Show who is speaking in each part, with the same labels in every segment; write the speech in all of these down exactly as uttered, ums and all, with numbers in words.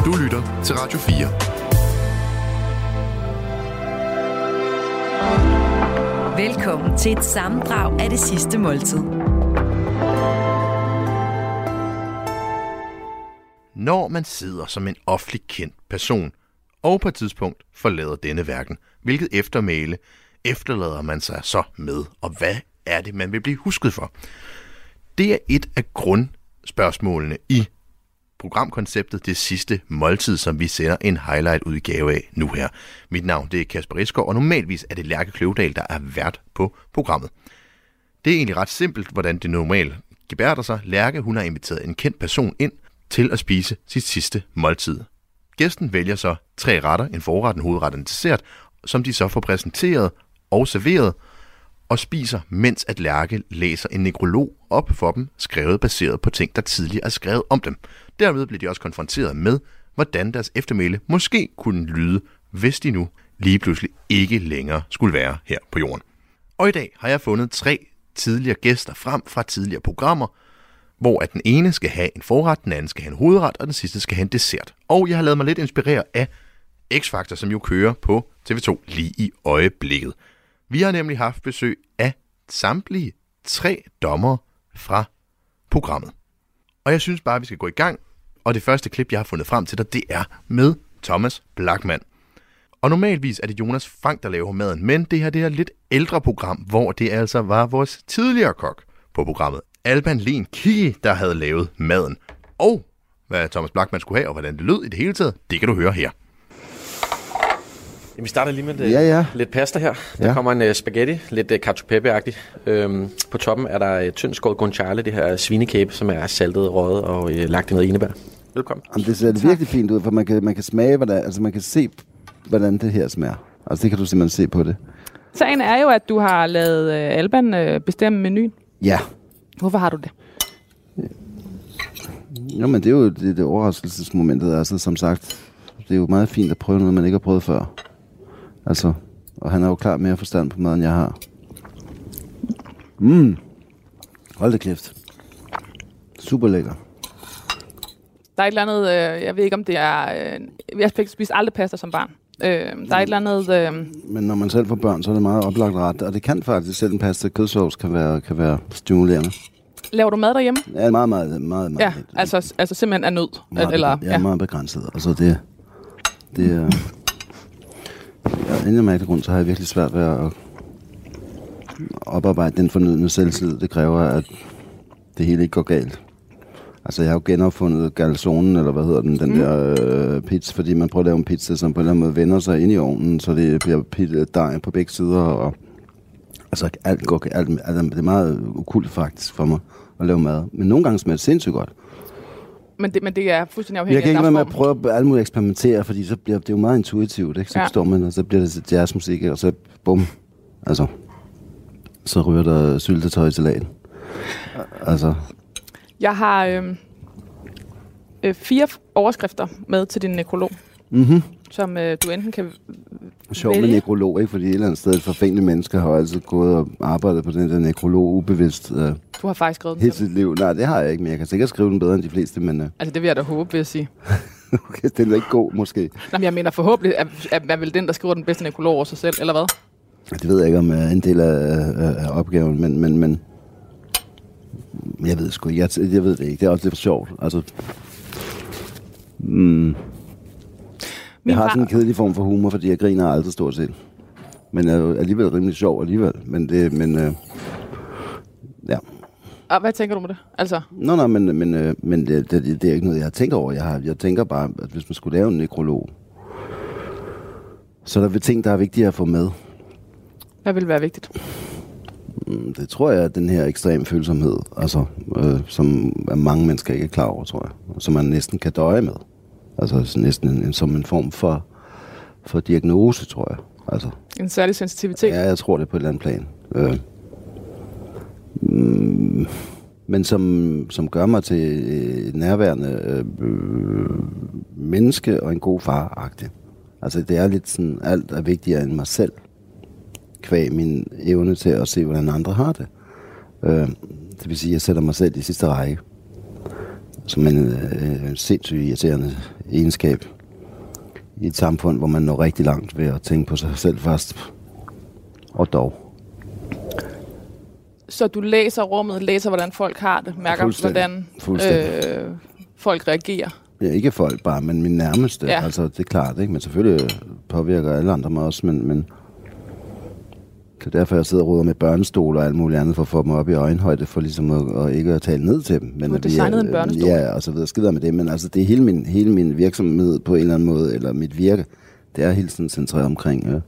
Speaker 1: Du lytter til Radio fire.
Speaker 2: Velkommen til et sammendrag af Det Sidste Måltid.
Speaker 1: Når man sidder som en offentlig kendt person, og på et tidspunkt forlader denne verden, hvilket eftermæle efterlader man sig så med, og hvad er det, man vil blive husket for? Det er et af grundspørgsmålene i programkonceptet Det Sidste Måltid, som vi sender en highlight-udgave af nu her. Mit navn det er Kasper Risgaard, og normalvis er det Lærke Kløvedal, der er vært på programmet. Det er egentlig ret simpelt, hvordan det normalt gebærder sig. Lærke, hun har inviteret en kendt person ind til at spise sit sidste måltid. Gæsten vælger så tre retter, en forret, en hovedret og en dessert, som de så får præsenteret og serveret, og spiser, mens at Lærke læser en nekrolog op for dem, skrevet baseret på ting, der tidligere er skrevet om dem. Dermed bliver de også konfronteret med, hvordan deres eftermæle måske kunne lyde, hvis de nu lige pludselig ikke længere skulle være her på jorden. Og i dag har jeg fundet tre tidligere gæster frem fra tidligere programmer, hvor at den ene skal have en forret, den anden skal have en hovedret, og den sidste skal have en dessert. Og jeg har lavet mig lidt inspirere af X-Factor, som jo kører på T V to lige i øjeblikket. Vi har nemlig haft besøg af samtlige tre dommere fra programmet. Og jeg synes bare, at vi skal gå i gang. Og det første klip, jeg har fundet frem til dig, det er med Thomas Blachman. Og normalvis er det Jonas Frank, der laver maden, men det her det er et lidt ældre program, hvor det altså var vores tidligere kok på programmet, Alban Len Kiki, der havde lavet maden. Og hvad Thomas Blachman skulle have, og hvordan det lød i det hele taget, det kan du høre her.
Speaker 3: Vi starter lige med lidt,
Speaker 4: ja, ja.
Speaker 3: lidt pasta her. Der
Speaker 4: ja.
Speaker 3: kommer en uh, spaghetti, lidt uh, cacio pepe-agtigt. Øhm, på toppen er der uh, tynd skåret guanciale, det her svinekæbe, som er saltet, røget og uh, lagt i noget enebær. Velkommen.
Speaker 4: Jamen, det ser tak. Virkelig fint ud, for man kan, man kan smage, hvordan, altså man kan se, hvordan det her smager. Altså det kan du simpelthen se på det.
Speaker 5: Sagen er jo, at du har lavet uh, Alban uh, bestemme menuen.
Speaker 4: Ja.
Speaker 5: Hvorfor har du det?
Speaker 4: Jo, men det er jo det, det overraskelsesmomentet. Altså som sagt, det er jo meget fint at prøve noget, man ikke har prøvet før. Altså, og han er jo klar mere forstand på maden, jeg har. Mm. Hold da kæft. Super lækker.
Speaker 5: Der er et eller andet, øh, jeg ved ikke om det er, øh, jeg spiste aldrig pasta som barn. Øh, der er et eller andet... Øh...
Speaker 4: Men når man selv får børn, så er det meget oplagt ret, og det kan faktisk, selv en pasta kødsovs kan være, kan være stimulerende.
Speaker 5: Laver du mad derhjemme?
Speaker 4: Ja, meget, meget, meget, meget.
Speaker 5: Ja, altså, altså simpelthen af nød?
Speaker 4: Meget,
Speaker 5: eller,
Speaker 4: ja, ja, meget begrænset. Altså det, det er... Ja, inden jeg mærker grund, så har jeg virkelig svært ved at oparbejde den fornødne selvtillid. Det kræver, at det hele ikke går galt. Altså, jeg har jo genopfundet galzonen, eller hvad hedder den, den mm. der øh, pizza, fordi man prøver at lave en pizza, som på en eller anden måde vender sig ind i ovnen, så det bliver dej på begge sider, og altså, alt går alt, alt, det er meget ukult faktisk for mig at lave mad. Men nogle gange smager det sindssygt godt.
Speaker 5: Men det, men det er fuldstændig afhængigt af
Speaker 4: Jeg kan ikke være med at prøve at alt muligt eksperimentere, fordi så bliver det jo meget intuitivt, ikke? Så ja. Står man, og så bliver det jazzmusik, og så bum, altså, så ryger der syltetøj i salaten. Altså.
Speaker 5: Jeg har øh, øh, fire overskrifter med til din nekrolog,
Speaker 4: mm-hmm.
Speaker 5: som øh, du enten kan
Speaker 4: Sjov
Speaker 5: vælge.
Speaker 4: med nekrolog, ikke? Fordi et eller andet sted, et forfængeligt mennesker har altid gået og arbejdet på den der nekrolog ubevidst. Øh,
Speaker 5: du har faktisk skrevet den
Speaker 4: hele sit liv. Nej, det har jeg ikke, men jeg kan sikkert skrive den bedre end de fleste, men... Øh.
Speaker 5: Altså, det vil jeg da håbe, vil jeg sige.
Speaker 4: Okay, den er ikke god, måske.
Speaker 5: Nå, men jeg mener forhåbentlig, at, at man vel den, der skriver den bedste nekrolog over sig selv, eller hvad?
Speaker 4: Det ved jeg ikke, om jeg er en del af, af, af opgaven, men... men, men jeg ved sgu ikke. Jeg, jeg ved det ikke. Det er også lidt for sjovt. Altså... Mm. Jeg har sådan en kedelig form for humor, fordi jeg griner aldrig stort set. Men jeg er jo alligevel rimelig sjov alligevel. Men det... Men, øh, ja.
Speaker 5: Og hvad tænker du med det? Altså?
Speaker 4: Nå, nej, men, men, øh, men det, det, det er ikke noget, jeg har tænkt over. Jeg, har, jeg tænker bare, at hvis man skulle lave en nekrolog, så er der ting, der er vigtige at få med.
Speaker 5: Hvad vil være vigtigt?
Speaker 4: Det tror jeg, at den her ekstrem følsomhed, altså, øh, som mange mennesker ikke er klar over, tror jeg, som man næsten kan døje med. Altså næsten en, en, som en form for, for diagnose, tror jeg. Altså,
Speaker 5: en særlig sensitivitet?
Speaker 4: Ja, jeg tror det på et eller andet plan. Øh, mm, men som, som gør mig til et nærværende øh, menneske og en god far-agtig. Altså det er lidt sådan, alt er vigtigere end mig selv. Kvæg min evne til at se, hvordan andre har det. Øh, det vil sige, at jeg sætter mig selv i sidste række. som en øh, sindssygt irriterende egenskab i et samfund, hvor man når rigtig langt ved at tænke på sig selv først. Og dog.
Speaker 5: Så du læser rummet, læser, hvordan folk har det, mærker, hvordan øh, folk reagerer?
Speaker 4: Ja, ikke folk bare, men min nærmeste.
Speaker 5: Ja.
Speaker 4: Altså, det er klart, ikke? Men selvfølgelig påvirker alle andre mig også, men... men det er derfor, jeg sidder og ruder med børnestol og alt muligt andet, for at få dem op i øjenhøjde, for ligesom at, at ikke at tale ned til dem. Men
Speaker 5: du har designet en børnestol?
Speaker 4: Ja, og så videre, skider med det. Men altså, det er hele min, hele min virksomhed på en eller anden måde, eller mit virke, det er hele tiden centreret omkring ja.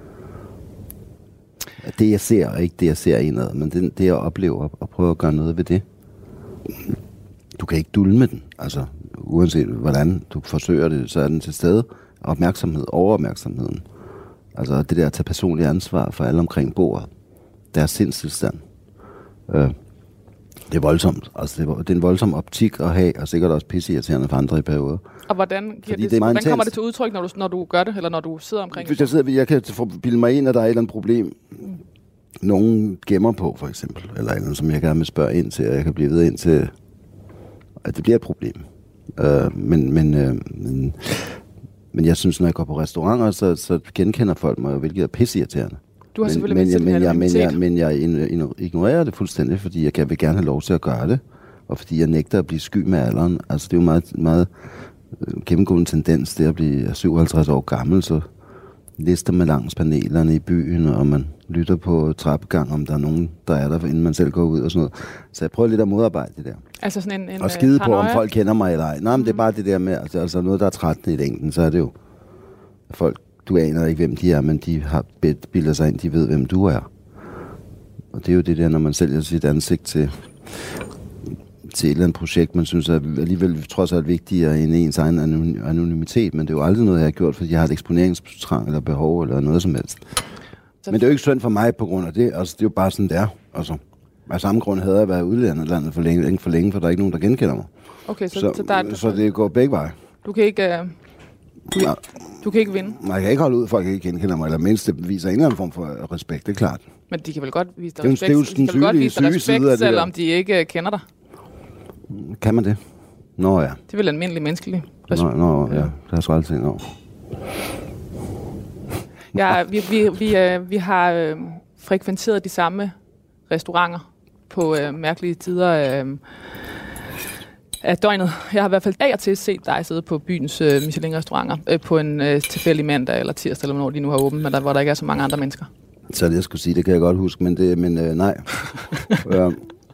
Speaker 4: Det, jeg ser, og ikke det, jeg ser indad, men det, det jeg oplever, og prøver at gøre noget ved det. Du kan ikke dulme den. Altså, uanset hvordan du forsøger det, så er den til stede. Opmærksomhed, overopmærksomheden. Altså det der at tage personlig ansvar for alle omkring bordet. Deres sindstilstand. Øh, det er voldsomt. Altså det er, det er en voldsom optik at have, og sikkert også pisseirriterende for andre i perioder.
Speaker 5: Og hvordan, giver det, det hvordan kommer det til udtryk, når du, når du gør det, eller når du sidder omkring
Speaker 4: Hvis jeg, sidder, jeg kan bilde mig ind, at der er et eller andet problem, nogen gemmer på, for eksempel. Eller noget, som jeg gerne vil spørge ind til, og jeg kan blive ved ind til, at det bliver et problem. Øh, men, men, øh, men Men jeg synes, når jeg går på restauranter, så, så genkender folk mig, hvilket er pisseirriterende.
Speaker 5: Du har
Speaker 4: men,
Speaker 5: selvfølgelig
Speaker 4: men,
Speaker 5: men,
Speaker 4: jeg, men, jeg, men jeg,
Speaker 5: men
Speaker 4: jeg ignorerer det fuldstændig, fordi jeg, kan, vil gerne have lov til at gøre det. Og fordi jeg nægter at blive sky med alderen. Altså, det er jo meget, meget gennemgående tendens, det at blive syvoghalvtreds år gammel, så lister man langs panelerne i byen, og man lytter på trappegang, om der er nogen, der er der, inden man selv går ud og sådan noget. Så jeg prøver lidt at modarbejde det der.
Speaker 5: Altså sådan en, en
Speaker 4: og skide på, om
Speaker 5: paranoia?
Speaker 4: folk kender mig eller ej. Nej, men mm. det er bare det der med, altså, altså noget, der er trættende i længden, så er det jo folk, du aner ikke, hvem de er, men de har bedt, bilder sig ind, de ved, hvem du er. Og det er jo det der, når man sælger sit ansigt til, til et eller andet projekt, man synes er alligevel trods alt vigtigere end ens egen anonymitet, men det er jo aldrig noget, jeg har gjort, fordi jeg har et eksponeringstrang eller behov eller noget som helst. Så men det er jo ikke synd for mig på grund af det, altså det er jo bare sådan, det er. Altså, af samme grund havde jeg været udlandet landet for længe, ikke for længe, for der er ikke nogen, der genkender mig.
Speaker 5: Okay, så,
Speaker 4: så,
Speaker 5: så, der er,
Speaker 4: så det går begge veje.
Speaker 5: Du kan ikke... Uh... Du, ja. du kan ikke vinde.
Speaker 4: Nej, jeg kan ikke holde ud, folk ikke genkender mig, eller mindst det viser en eller anden form for respekt, det er klart.
Speaker 5: Men de kan vel godt vise dig
Speaker 4: det
Speaker 5: respekt,
Speaker 4: det er jo
Speaker 5: de kan vel godt vise dig respekt selvom
Speaker 4: det
Speaker 5: de ikke kender dig.
Speaker 4: Kan man det? Nå ja.
Speaker 5: Det er vel almindelig menneskelig
Speaker 4: respekt. Nå, nå ja, det har jeg sgu aldrig tænkt over.
Speaker 5: Ja, vi, vi, vi, øh, vi har øh, frekventeret de samme restauranter på øh, mærkelige tider øh, af døgnet. Jeg har i hvert fald af og til set dig sidde på byens øh, Michelin-restauranter øh, på en øh, tilfældig mandag eller tirsdag, eller hvornår de nu har åbent, men der, hvor der ikke er så mange andre mennesker.
Speaker 4: Så det jeg skulle sige, det kan jeg godt huske, men, det, men øh, nej. ja.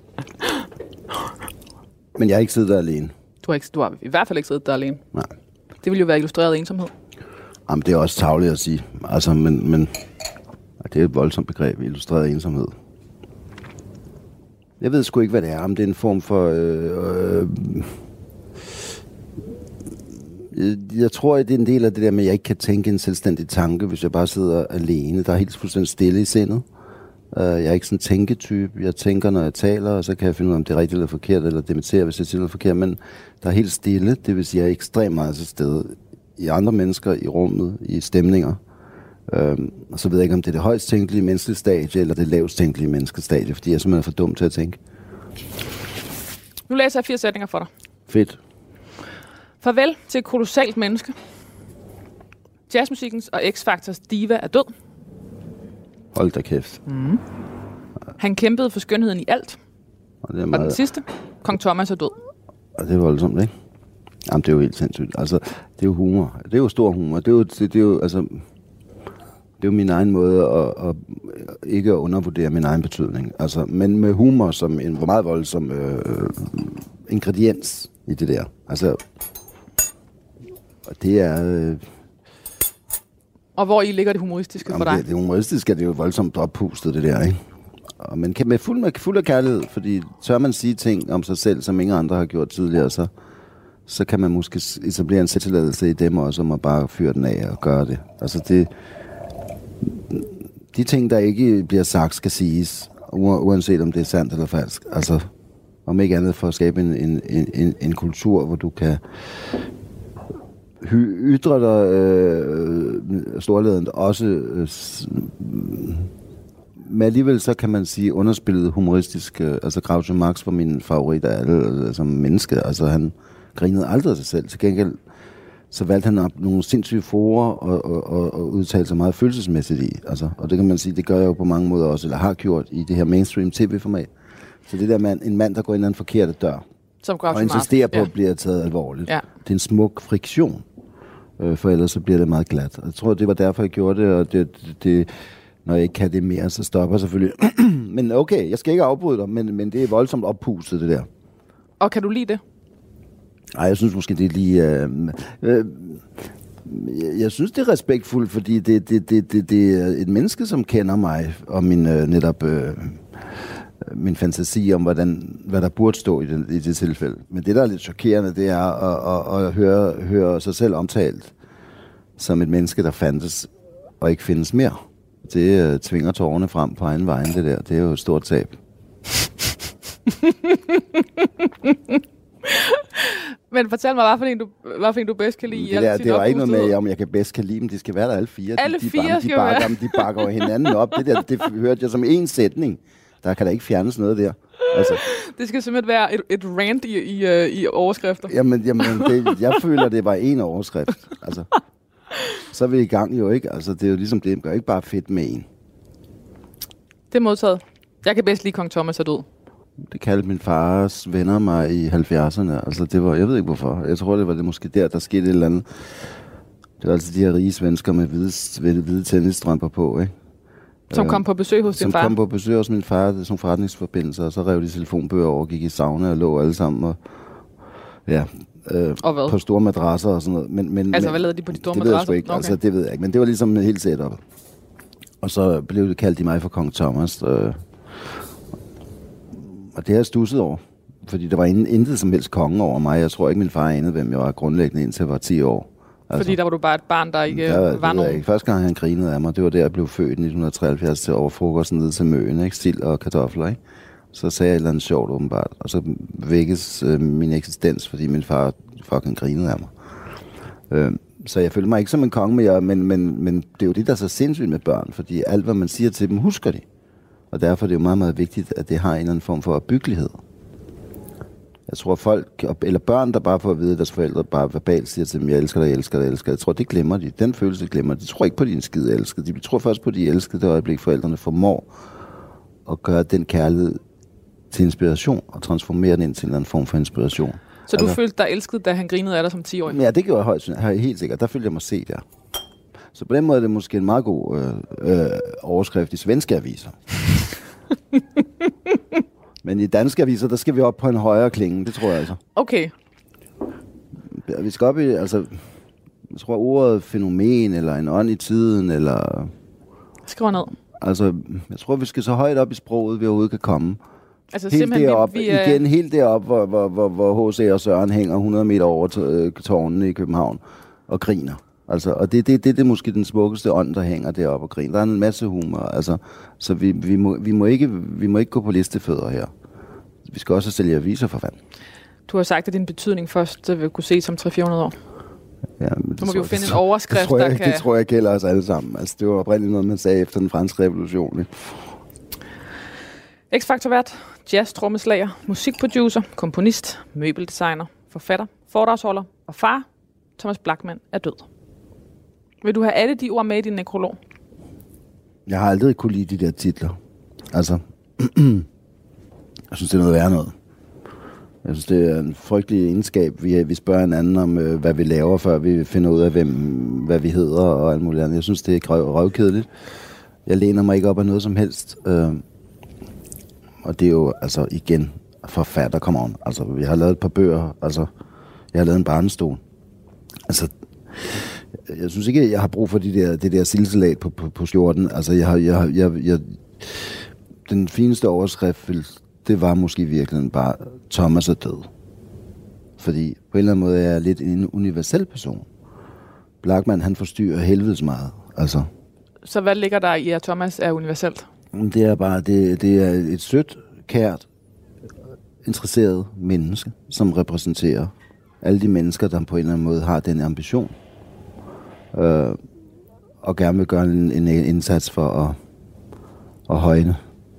Speaker 4: Men jeg har ikke siddet der alene.
Speaker 5: Du har, ikke, du har i hvert fald ikke siddet der alene.
Speaker 4: Nej.
Speaker 5: Det ville jo være illustreret ensomhed.
Speaker 4: Jamen, det er også tarveligt at sige. Altså, men, men det er et voldsomt begreb, illustreret ensomhed. Jeg ved sgu ikke, hvad det er. Om det er en form for... Øh, øh, jeg tror, det er en del af det der med, at jeg ikke kan tænke en selvstændig tanke, hvis jeg bare sidder alene. Der er helt fuldstændig stille i sindet. Uh, jeg er ikke sådan en tænketype. Jeg tænker, når jeg taler, og så kan jeg finde ud af, om det er rigtigt eller forkert, eller dementere, hvis jeg siger noget forkert. Men der er helt stille. Det vil sige, at jeg er ekstremt meget til stede i andre mennesker, i rummet, i stemninger. Uh, og så ved jeg ikke, om det er det højst tænkelige menneskelige stadie, eller det lavest tænkelige menneskestadie, fordi jeg er simpelthen for dum til at tænke.
Speaker 5: Nu læser jeg fire sætninger for dig.
Speaker 4: Fedt.
Speaker 5: Farvel til et kolossalt menneske. Jazzmusikkens og X-Factors diva er død.
Speaker 4: Hold da kæft.
Speaker 5: Mm. Han kæmpede for skønheden i alt.
Speaker 4: Og, det er
Speaker 5: meget... og den sidste, Kong Thomas er død.
Speaker 4: Og det er voldsomt, ikke? Jamen, det er jo helt sindssygt. Altså, det er jo humor. Det er jo stor humor. Det er jo, det, det er jo altså... Det er jo min egen måde at, at ikke at undervurdere min egen betydning. Altså, men med humor som en meget voldsom øh, ingrediens i det der. Altså, og det er... Øh,
Speaker 5: og hvor i ligger det humoristiske for dig?
Speaker 4: Det, det humoristiske er det jo voldsomt oppustet, det der, ikke? Og, men kan med fuld, med fuld af kærlighed, fordi tør man sige ting om sig selv, som ingen andre har gjort tidligere, så, så kan man måske etablere en selvtilladelse i dem også, om at bare fyre den af og gøre det. Altså det... De ting, der ikke bliver sagt, skal siges, uanset om det er sandt eller falsk. Altså, om ikke andet for at skabe en, en, en, en kultur, hvor du kan hy- ytre dig øh, storledent også øh, men alligevel så kan man sige underspillet humoristisk. Øh, altså Groucho Marx var min favorit af alle, øh, som menneske. Altså han grinede aldrig af sig selv. Til gengæld så valgte han op nogle sindssyge forer og, og, og, og udtalte sig meget følelsesmæssigt i. Altså, og det kan man sige, det gør jeg jo på mange måder også, eller har gjort i det her mainstream tv-format. Så det der med en mand, der går ind ad en forkerte dør,
Speaker 5: som
Speaker 4: og insisterer på, ja. at blive taget alvorligt. Ja. Det er en smuk friktion, øh, for ellers så bliver det meget glat. Og jeg tror, det var derfor, jeg gjorde det, og det, det, det, når jeg ikke kan det mere, så stopper jeg selvfølgelig. Men okay, jeg skal ikke afbryde dig, men, men det er voldsomt oppustet, det der.
Speaker 5: Og kan du lide det?
Speaker 4: Nej, jeg synes måske, det er lige... Øh, øh, jeg, jeg synes, det er respektfuldt, fordi det, det, det, det, det er et menneske, som kender mig, og min øh, netop... Øh, min fantasi om, hvordan, hvad der burde stå i det, i det tilfælde. Men det, der er lidt chokerende, det er at, at, at høre, høre sig selv omtalt som et menneske, der fandtes og ikke findes mere. Det uh, tvinger tårerne frem på egen vejen, det der. Det er jo et stort tab.
Speaker 5: Men fortæl mig, hvad for en du, hvad for en du bedst kan lide?
Speaker 4: Det, der, det var ikke noget med, om jeg kan bedst kan lide dem. De skal være der alle fire.
Speaker 5: Alle
Speaker 4: de, de,
Speaker 5: fire
Speaker 4: de,
Speaker 5: skal
Speaker 4: de, bakker,
Speaker 5: være.
Speaker 4: de bakker jo hinanden op. Det der, det hørte jeg som en sætning. Der kan der ikke fjernes noget der. Altså.
Speaker 5: Det skal simpelthen være et, et rant i, i, i overskrifter.
Speaker 4: Jamen, jamen det, jeg føler, det var en overskrift. Altså, så er vi i gang jo ikke. Altså, det er jo ligesom, det gør ikke bare fedt med en.
Speaker 5: Det er modtaget. Jeg kan bedst lide Kong Thomas er død.
Speaker 4: Det kaldte min fars venner mig i halvfjerdserne. Altså, det var, jeg ved ikke hvorfor. Jeg tror, det var det måske der, der skete et eller andet. Det var altså de her rige svensker med hvide, hvide tennisstrømper på, ikke?
Speaker 5: Som kom på besøg hos din
Speaker 4: som
Speaker 5: far?
Speaker 4: Som kom på besøg hos min far, det er som forretningsforbindelse, og så rev de telefonbøger over, gik i sauna og lå alle sammen og, ja, øh,
Speaker 5: og
Speaker 4: på store madrasser og sådan noget. Men, men,
Speaker 5: altså,
Speaker 4: men,
Speaker 5: hvad lavede de på de store
Speaker 4: det
Speaker 5: madrasser?
Speaker 4: Det ved jeg ikke, okay. altså, det ved jeg ikke, men det var ligesom helt setup. Og så blev det kaldt de mig for Kong Thomas, øh, og det har jeg stusset over, fordi der var intet som helst konge over mig. Jeg tror ikke, min far anede, hvem jeg var grundlæggende, indtil jeg var ti år. Altså,
Speaker 5: fordi der var du bare et barn, der ikke der, var nogen?
Speaker 4: Første gang han grinede af mig, det var der, jeg blev født i nitten treoghalvfjerds til over frokosten ned til Møen, ikke? Sild og kartofler, ikke? Så sagde jeg et eller andet sjovt åbenbart, og så vækkes øh, min eksistens, fordi min far fucking grinede af mig. Øh, så jeg følte mig ikke som en konge mere, men, men, men det er jo det, der er så sindssygt med børn, fordi alt, hvad man siger til dem, husker de. Og derfor er det jo meget, meget vigtigt, at det har en eller anden form for opbyggelighed. Jeg tror folk, eller børn, der bare får at vide, at deres forældre bare verbalt siger til dem, jeg elsker dig, jeg elsker dig, jeg elsker dig. Jeg tror, det glemmer de. Den følelse glemmer de. De tror ikke på, at de er en skide elskede. De tror først på, at de er elskede det øjeblik, forældrene formår at gøre den kærlighed til inspiration og transformere den ind til en eller anden form for inspiration.
Speaker 5: Så du
Speaker 4: altså,
Speaker 5: følte dig elsket, da han grinede af dig som ti-årig?
Speaker 4: Ja, det gjorde jeg højst, helt sikkert. Der følte jeg mig set, ja. Så på den måde er det måske en meget god øh, øh, overskrift i svenske aviser. Men i danske aviser, der skal vi op på en højere klinge, det tror jeg altså.
Speaker 5: Okay.
Speaker 4: Vi skal op i, altså, jeg tror ordet fænomen, eller en ånd i tiden, eller...
Speaker 5: Skriv ned.
Speaker 4: Altså, jeg tror, vi skal så højt op i sproget, vi overhovedet kan komme.
Speaker 5: Altså
Speaker 4: helt derop,
Speaker 5: vi, vi,
Speaker 4: igen helt derop, hvor, hvor, hvor, hvor H C og Søren hænger hundrede meter over tårnene i København og griner. Altså, og det, det, det, det er måske den smukkeste ånd, der hænger deroppe og griner. Der er en masse humor, altså, så vi, vi, må, vi, må ikke, vi må ikke gå på listefødder her. Vi skal også sælge aviser for fanden.
Speaker 5: Du har sagt, at din betydning først vil kunne se som tre til fire hundrede år.
Speaker 4: Ja, men
Speaker 5: så må vi jo finde en overskrift,
Speaker 4: det tror jeg,
Speaker 5: der kan...
Speaker 4: Det tror jeg gælder os alle sammen. Altså, det var oprindeligt noget, man sagde efter den franske revolution. Ikke?
Speaker 5: X-Factor-vært, jazz-trommeslager, musikproducer, komponist, møbeldesigner, forfatter, foredragsholder og far, Thomas Blachman, er død. Vil du have alle de ord med i din nekrolog?
Speaker 4: Jeg har aldrig kunne lide de der titler. Altså, jeg synes, det er noget værre noget. Jeg synes, det er en frygtelig egenskab. Vi, vi spørger hinanden om, øh, hvad vi laver, før vi finder ud af, hvem, hvad vi hedder og alt muligt andet. Jeg synes, det er røv, røvkedeligt. Jeg læner mig ikke op af noget som helst. Øh, og det er jo, altså, igen, forfatter, come on. Altså, jeg har lavet et par bøger. Altså, jeg har lavet en barnestol. Altså, jeg synes ikke, jeg har brug for de der, det der sildesalat på, på, på skjorten. Altså, jeg har, jeg, jeg, jeg, den fineste overskrift, det var måske virkelig bare, Thomas er død. Fordi på en eller anden måde er jeg lidt en universel person. Blachman, han forstyrrer helvedes meget. Altså.
Speaker 5: Så hvad ligger der i, at Thomas er universelt?
Speaker 4: Det er bare, det, det er et sødt, kært, interesseret menneske, som repræsenterer alle de mennesker, der på en eller anden måde har den ambition. Øh, og gerne vil gøre en, en indsats for at, at højne.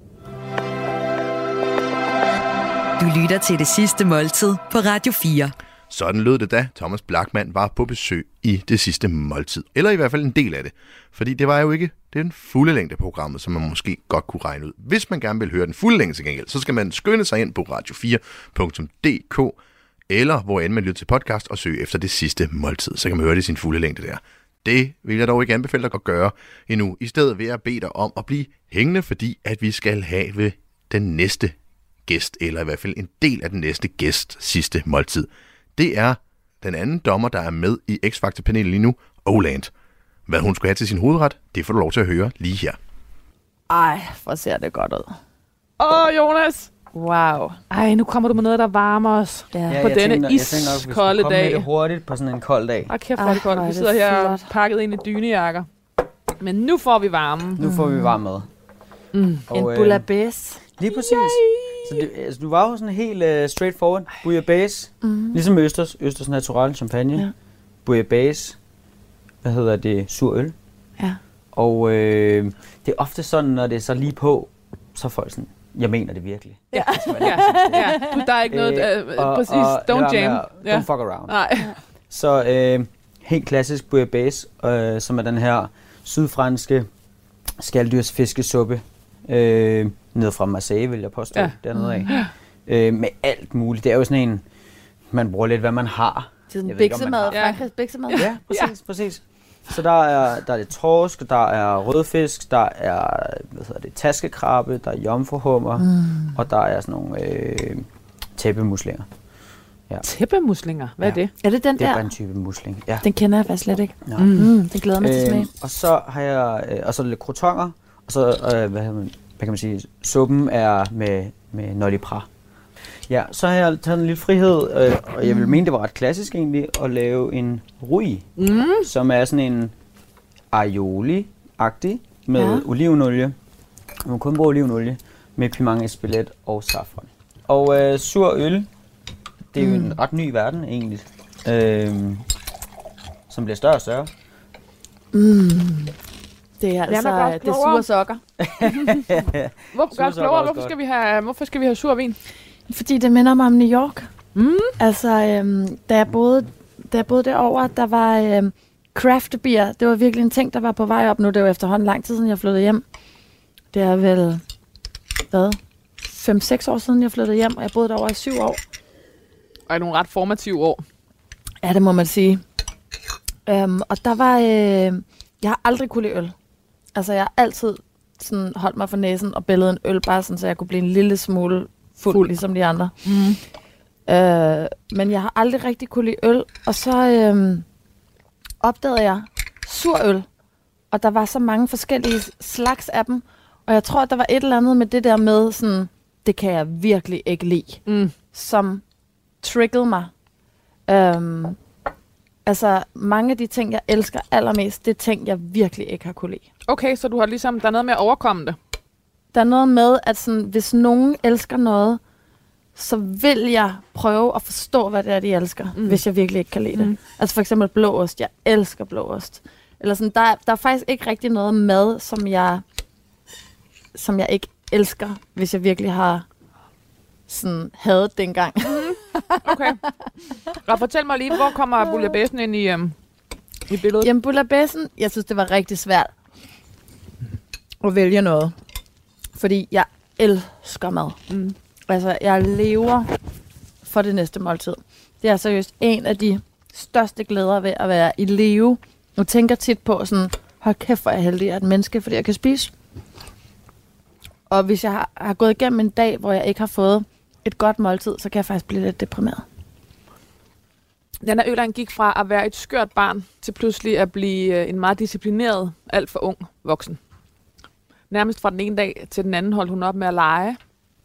Speaker 2: Du lytter til Det Sidste Måltid på Radio fire.
Speaker 1: Sådan lød det, da Thomas Blachman var på besøg i Det Sidste Måltid. Eller i hvert fald en del af det. Fordi det var jo ikke den fulde længde programmet, som man måske godt kunne regne ud. Hvis man gerne vil høre den fulde længde til gengæld, så skal man skynde sig ind på radio fire punktum d k, eller hvor end man lytter til podcast og søge efter Det Sidste Måltid. Så kan man høre det i sin fulde længde der. Det vil jeg dog ikke anbefale dig at gøre endnu. I stedet vil jeg bede dig om at blive hængende, fordi at vi skal have den næste gæst, eller i hvert fald en del af den næste gæst sidste måltid. Det er den anden dommer, der er med i X-Factor-panelet lige nu, Oland. Hvad hun skulle have til sin hovedret, det får du lov til at høre lige her.
Speaker 5: Ej, hvor ser det godt ud. Åh, oh, Jonas!
Speaker 6: Wow.
Speaker 5: Ej, nu kommer du med noget, der varmer os
Speaker 6: Ja.
Speaker 5: på
Speaker 7: jeg
Speaker 5: denne
Speaker 7: tænkte, jeg tænkte nok,
Speaker 5: iskolde
Speaker 7: komme med
Speaker 5: dag.
Speaker 7: det hurtigt på sådan en kold dag.
Speaker 5: Ej, kæft, hvor er det
Speaker 6: Ej,
Speaker 5: koldt.
Speaker 6: hvor er
Speaker 5: Vi
Speaker 6: det
Speaker 5: sidder her
Speaker 6: flot.
Speaker 5: pakket ind i dynejakker. Men nu får vi varmen.
Speaker 7: Nu får vi varm mad.
Speaker 5: Mm.
Speaker 6: En
Speaker 7: Og,
Speaker 6: bouillabaisse.
Speaker 7: Lige præcis. Så det, altså, du var jo sådan helt uh, straightforward. Bouillabaisse.
Speaker 6: Mm.
Speaker 7: Ligesom Østers. Østers Natural Champagne.
Speaker 6: Ja.
Speaker 7: Bouillabaisse. Hvad hedder det? Sur øl.
Speaker 6: Ja.
Speaker 7: Og øh, det er ofte sådan, når det er så lige på, så er folk sådan, jeg mener det virkelig.
Speaker 5: Ja, ja, ja. Du, der er ikke noget... Øh,
Speaker 7: og,
Speaker 5: præcis,
Speaker 7: og
Speaker 5: don't
Speaker 7: lad være
Speaker 5: jam.
Speaker 7: med at-
Speaker 5: Ja.
Speaker 7: Don't fuck around.
Speaker 5: Nej.
Speaker 7: Så øh, helt klassisk bouillabaisse, øh, som er den her sydfranske skalddyrsfiskesuppe, øh, ned fra Marseille, vil jeg påstå,
Speaker 5: Ja.
Speaker 7: ja. dernede af. Øh, med alt muligt. Det er jo sådan en, man bruger lidt, hvad man har.
Speaker 6: Det er sådan
Speaker 7: Jeg ved ikke, om man
Speaker 6: biksemad,
Speaker 5: har-
Speaker 6: Frankrigs biksemad.
Speaker 7: Ja, præcis, ja. præcis. Så der er, der er det torsk, der er rødfisk, der er hvad hedder det, taskekrabbe, der er jomfruhummer, mm. og der er sådan nogle øh, tæppemuslinger.
Speaker 5: Tæppemuslinger, hvad er
Speaker 7: Ja.
Speaker 5: det?
Speaker 6: Er det den
Speaker 7: Det er
Speaker 6: der?
Speaker 7: bare en type musling. Ja.
Speaker 6: Den kender jeg faktisk slet ikke.
Speaker 7: Nå.
Speaker 6: Mm, den glæder mig til smag.
Speaker 7: Øhm, og så har jeg, øh, og så lidt crotonger, og så, øh, hvad, hedder man, hvad kan man sige, suppen er med, med nolipra. Ja, så har jeg taget en lille frihed, øh, og jeg vil mene, det var ret klassisk egentlig, at lave en rui,
Speaker 5: Mm.
Speaker 7: som er sådan en aioli-agtig med
Speaker 6: Ja.
Speaker 7: ja. olivenolie. Man må kun bruge olivenolie med piment espelette og safran. Og øh, sur øl, det er jo en ret ny verden egentlig, øh, som bliver større og større.
Speaker 6: Mm. Det er
Speaker 5: Lad mig
Speaker 6: altså
Speaker 5: godt
Speaker 6: det er
Speaker 5: klogere.
Speaker 6: sure sokker.
Speaker 5: Hvor, gør os
Speaker 7: Sur sukker
Speaker 5: klogere.
Speaker 7: også
Speaker 5: Hvorfor
Speaker 7: godt.
Speaker 5: skal vi have, hvorfor skal vi have sur vin?
Speaker 6: Fordi det minder mig om New York.
Speaker 5: Mm.
Speaker 6: Altså, øhm, da, jeg boede, da jeg boede derovre, der var øhm, craft beer. Det var virkelig en ting, der var på vej op nu. Det var efterhånden lang tid siden, jeg flyttede hjem. Det er vel, hvad, fem seks år siden, jeg flyttede hjem, og jeg boede derovre i syv år.
Speaker 5: Og er nogle ret formative år.
Speaker 6: Ja, det må man sige. Øhm, og der var, øh, jeg har aldrig kunne lide øl. Altså, jeg har altid sådan holdt mig for næsen og bællet en øl, bare sådan, så jeg kunne blive en lille smule fuld,
Speaker 5: Fuld.
Speaker 6: fuld. ligesom de andre.
Speaker 5: Mm.
Speaker 6: Øh, men jeg har aldrig rigtig kunne lide øl, og så øh, opdagede jeg sur øl, og der var så mange forskellige slags af dem, og jeg tror, at der var et eller andet med det der med, sådan, det kan jeg virkelig ikke lide,
Speaker 5: Mm.
Speaker 6: som triggede mig. Øh, altså, mange af de ting, jeg elsker allermest, det er ting, jeg virkelig ikke har kunne lide.
Speaker 5: Okay, så du har ligesom, der er noget med at overkomme det.
Speaker 6: Der er noget med, at sådan, hvis nogen elsker noget, så vil jeg prøve at forstå, hvad det er, de elsker,
Speaker 5: Mm.
Speaker 6: mm. hvis jeg virkelig ikke kan lide det.
Speaker 5: Mm.
Speaker 6: Mm. Altså for eksempel blåost. Jeg elsker blåost. Eller sådan, der, er- der er faktisk ikke rigtig noget mad, som jeg, som jeg ikke elsker, hvis jeg virkelig har sådan hadet det engang.
Speaker 5: Okay. Og fortæl mig lige, hvor kommer bouillabaisen ind i, øhm, i billedet?
Speaker 6: Jamen, bouillabaisen, jeg synes, det var rigtig svært at vælge noget. Fordi jeg elsker mad.
Speaker 5: Mm.
Speaker 6: Altså, jeg lever for det næste måltid. Det er seriøst en af de største glæder ved at være i live. Jeg tænker tit på sådan, hold kæft, hvor er jeg heldig, at jeg er et menneske, fordi jeg kan spise. Og hvis jeg har, har gået igennem en dag, hvor jeg ikke har fået et godt måltid, så kan jeg faktisk blive lidt deprimeret.
Speaker 5: Den her Øland gik fra at være et skørt barn, til pludselig at blive øh, en meget disciplineret, alt for ung voksen. Nærmest fra den ene dag til den anden holdt hun op med at lege.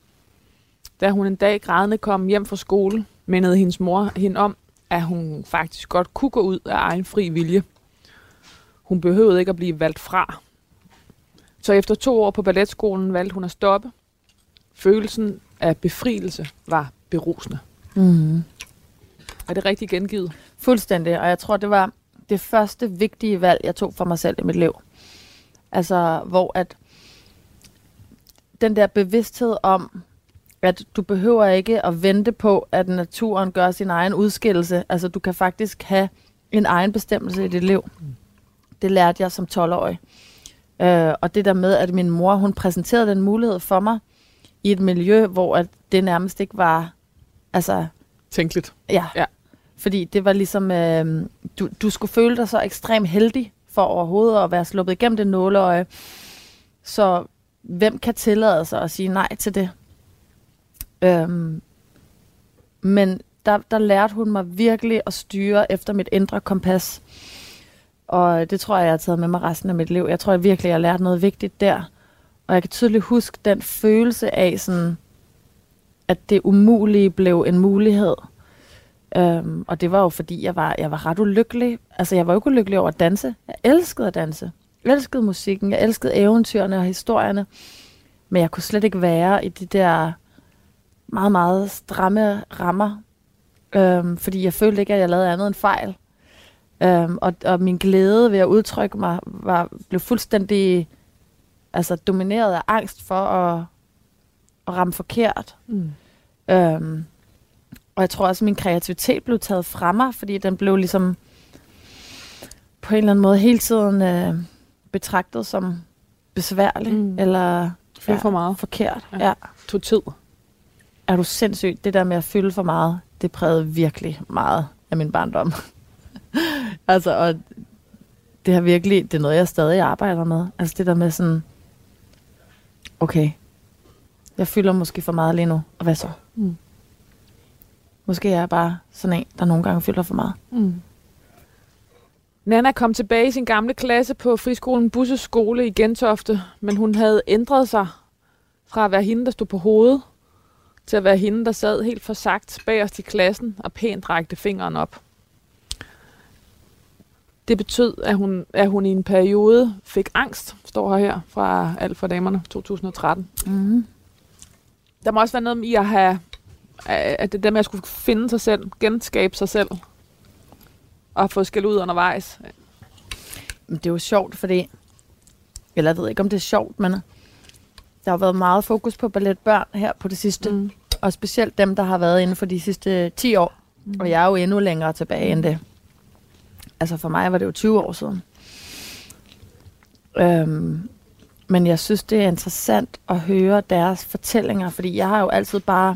Speaker 5: Da hun en dag grædende kom hjem fra skole, mindede hendes mor hende om, at hun faktisk godt kunne gå ud af egen fri vilje. Hun behøvede ikke at blive valgt fra. Så efter to år på balletskolen valgte hun at stoppe. Følelsen af befrielse var berusende.
Speaker 6: Mm.
Speaker 5: Er det rigtig gengivet?
Speaker 6: Fuldstændig, og jeg tror, det var det første vigtige valg, jeg tog for mig selv i mit liv. Altså, hvor at den der bevidsthed om, at du behøver ikke at vente på, at naturen gør sin egen udskillelse. Altså, du kan faktisk have en egen bestemmelse i dit liv. Det lærte jeg som tolv-årig. Øh, og det der med, at min mor, hun præsenterede den mulighed for mig i et miljø, hvor at det nærmest ikke var... Altså...
Speaker 5: Tænkeligt.
Speaker 6: Ja.
Speaker 5: ja.
Speaker 6: Fordi det var ligesom... Øh, du, du skulle føle dig så ekstremt heldig for overhovedet at være sluppet igennem det nåleøje. Så hvem kan tillade sig at sige nej til det? Øhm, men der, der lærte hun mig virkelig at styre efter mit indre kompas. Og det tror jeg, jeg har taget med mig resten af mit liv. Jeg tror jeg virkelig, jeg har lært noget vigtigt der. Og jeg kan tydeligt huske den følelse af, sådan, at det umulige blev en mulighed. Øhm, og det var jo fordi, jeg var, jeg var ret ulykkelig. Altså, jeg var jo ikke ulykkelig over at danse. Jeg elskede at danse. Jeg elskede musikken. Jeg elskede eventyrene og historierne. Men jeg kunne slet ikke være i de der meget, meget stramme rammer. Øhm, fordi jeg følte ikke, at jeg lavede andet end fejl. Øhm, og, og min glæde ved at udtrykke mig var, blev fuldstændig altså, domineret af angst for at, at ramme forkert. Mm. Øhm, og jeg tror også, at min kreativitet blev taget fra mig, fordi den blev ligesom på en eller anden måde hele tiden øh, betragtet som besværlig, mm. eller
Speaker 5: ja, for meget.
Speaker 6: forkert.
Speaker 5: Ja. Ja. Tog tid.
Speaker 6: Er du sindssygt? Det der med at fylde for meget, det prægede virkelig meget af min barndom. altså, og det har virkelig, det er noget, jeg stadig arbejder med. Altså det der med sådan, okay, jeg fylder måske for meget lige nu, og hvad så? Mm. Måske er jeg bare sådan en, der nogle gange fylder for meget. Mm.
Speaker 5: Nana kom tilbage i sin gamle klasse på friskolen Busses skole i Gentofte, men hun havde ændret sig fra at være hende, der stod på hovedet, til at være hende, der sad helt forsagt bagerst i klassen og pænt rakte fingeren op. Det betød, at hun, at hun i en periode fik angst, står her her fra Alt for damerne to tusind og tretten. Mm. Der må også være noget i at have, at det der med at skulle finde sig selv, genskabe sig selv, og få skæld ud undervejs.
Speaker 6: Det er jo sjovt, fordi, eller jeg ved ikke, om det er sjovt, men der har været meget fokus på balletbørn her på det sidste. Mm. Og specielt dem, der har været inden for de sidste ti år. Mm. Og jeg er jo endnu længere tilbage mm. end det. Altså for mig var det jo tyve år siden. Øhm, men jeg synes, det er interessant at høre deres fortællinger, fordi jeg har jo altid bare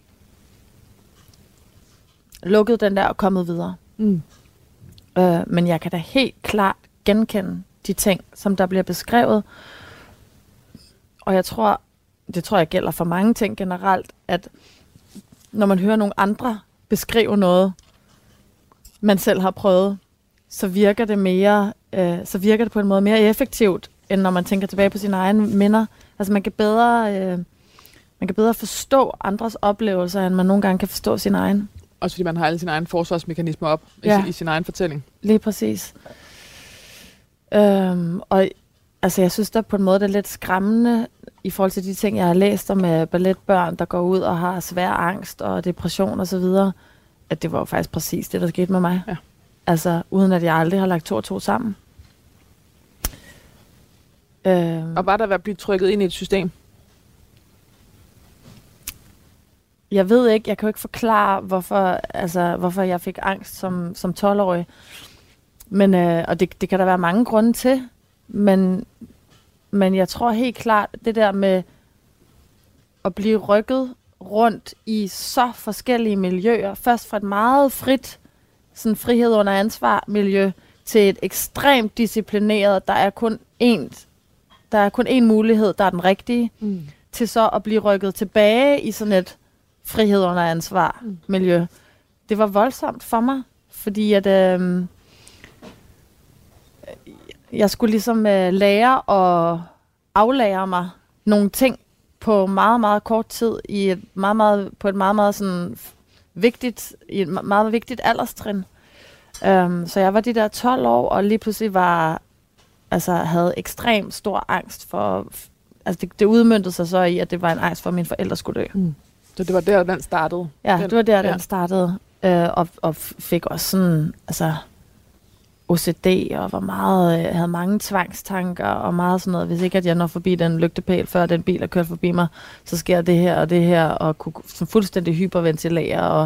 Speaker 6: lukket den der og kommet videre. Mm. Øh, men jeg kan da helt klart genkende de ting, som der bliver beskrevet. Og jeg tror, det tror jeg gælder for mange ting generelt, at når man hører nogle andre beskrive noget, man selv har prøvet, så virker det mere, øh, så virker det på en måde mere effektivt, end når man tænker tilbage på sine egne minder. Altså man kan bedre, øh, man kan bedre forstå andres oplevelser, end man nogle gange kan forstå sin egen.
Speaker 5: Også fordi man har alle sine egne forsvarsmekanismer op
Speaker 6: ja.
Speaker 5: i, i sin egen fortælling.
Speaker 6: Lige præcis. Øhm, og altså jeg synes der på en måde det er lidt skræmmende i forhold til de ting, jeg har læst om uh, balletbørn, der går ud og har svær angst og depression og så videre, at det var jo faktisk præcis det, der skete med mig. Ja. Altså uden at jeg aldrig har lagt to og to sammen. Øhm,
Speaker 5: og var der ved at blive trykket ind i et system?
Speaker 6: Jeg ved ikke, jeg kan jo ikke forklare, hvorfor, altså, hvorfor jeg fik angst som, som tolv-årig. Men, øh, og det, det kan der være mange grunde til. Men, men jeg tror helt klart, det der med at blive rykket rundt i så forskellige miljøer. Først fra et meget frit, sådan frihed under ansvar miljø, til et ekstremt disciplineret, der er kun én, der er kun én mulighed, der er den rigtige. Mm. Til så at blive rykket tilbage i sådan et frihed under ansvar mm. miljø. Det var voldsomt for mig, fordi at øh, jeg skulle ligesom øh, lære og aflære mig nogle ting på meget, meget kort tid, i et meget, meget, på et meget, meget sådan vigtigt, i et meget vigtigt alderstrin. Um, så jeg var de der tolv år, og lige pludselig var, altså havde ekstremt stor angst for, altså det, det udmøntede sig så i, at det var en angst for, at mine forældre skulle dø.
Speaker 5: Mm. Så det var der, den startede?
Speaker 6: Ja,
Speaker 5: den,
Speaker 6: det var der,
Speaker 5: ja.
Speaker 6: den startede, øh, og, og fik også sådan, altså O C D, og var meget, øh, havde mange tvangstanker, og meget sådan noget, hvis ikke at jeg når forbi den lygtepæl, før den bil er kørt forbi mig, så sker det her og det her, og kunne sådan fuldstændig hyperventilere, og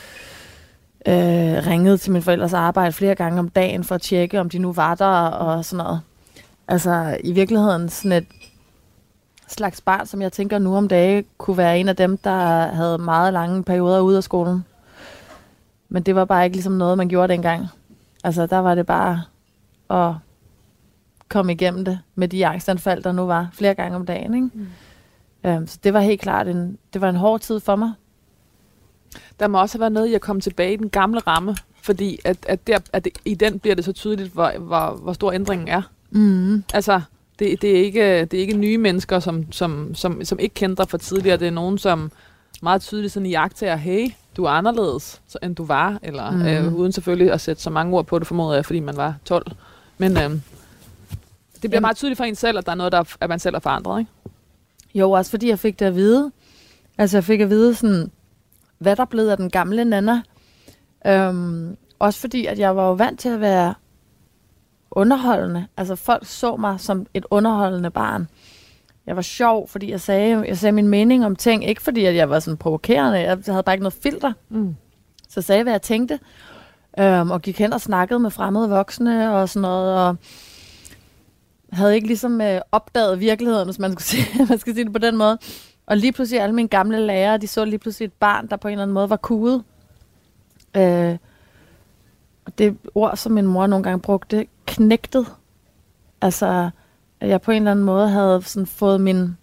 Speaker 6: øh, ringede til min forældres arbejde flere gange om dagen, for at tjekke, om de nu var der, og sådan noget. Altså, i virkeligheden sådan et slags barn, som jeg tænker nu om dage, kunne være en af dem, der havde meget lange perioder ude af skolen. Men det var bare ikke ligesom noget, man gjorde dengang. Altså, der var det bare at komme igennem det med de angstanfald, der nu var flere gange om dagen. Ikke? Mm. Um, så det var helt klart en, det var en hård tid for mig.
Speaker 5: Der må også have været noget i at komme tilbage i den gamle ramme, fordi at, at, der, at det, i den bliver det så tydeligt, hvor, hvor, hvor stor ændringen er. Mm. Altså, det, det, er ikke, det er ikke nye mennesker, som, som, som, som ikke kendte dig fra tidligere. Det er nogen, som meget tydeligt sådan iagttager, hey, du er anderledes, så, end du var, eller mm. øh, uden selvfølgelig at sætte så mange ord på det, formoder jeg, fordi man var tolv. Men øh, det bliver Jamen. meget tydeligt for en selv, at der er noget, der, at man selv er forandret, ikke?
Speaker 6: Jo, også fordi jeg fik det at vide. Altså, jeg fik at vide sådan, hvad der blev af den gamle Nanna. Øhm, også fordi, at jeg var jo vant til at være underholdende. Altså, folk så mig som et underholdende barn. Jeg var sjov, fordi jeg sagde, jeg sagde min mening om ting. Ikke fordi, at jeg var sådan provokerende. Jeg havde bare ikke noget filter. Mm. Så jeg sagde, hvad jeg tænkte. Øhm, og gik hen og snakkede med fremmede voksne og sådan noget. Og havde ikke ligesom øh, opdaget virkeligheden, hvis man skulle sige, man skal sige det på den måde. Og lige pludselig alle mine gamle lærere, de så lige pludselig et barn, der på en eller anden måde var kuget. Øh, og det ord, som min mor nogle gange brugte, knægtet. Altså, at jeg på en eller anden måde havde sådan fået min,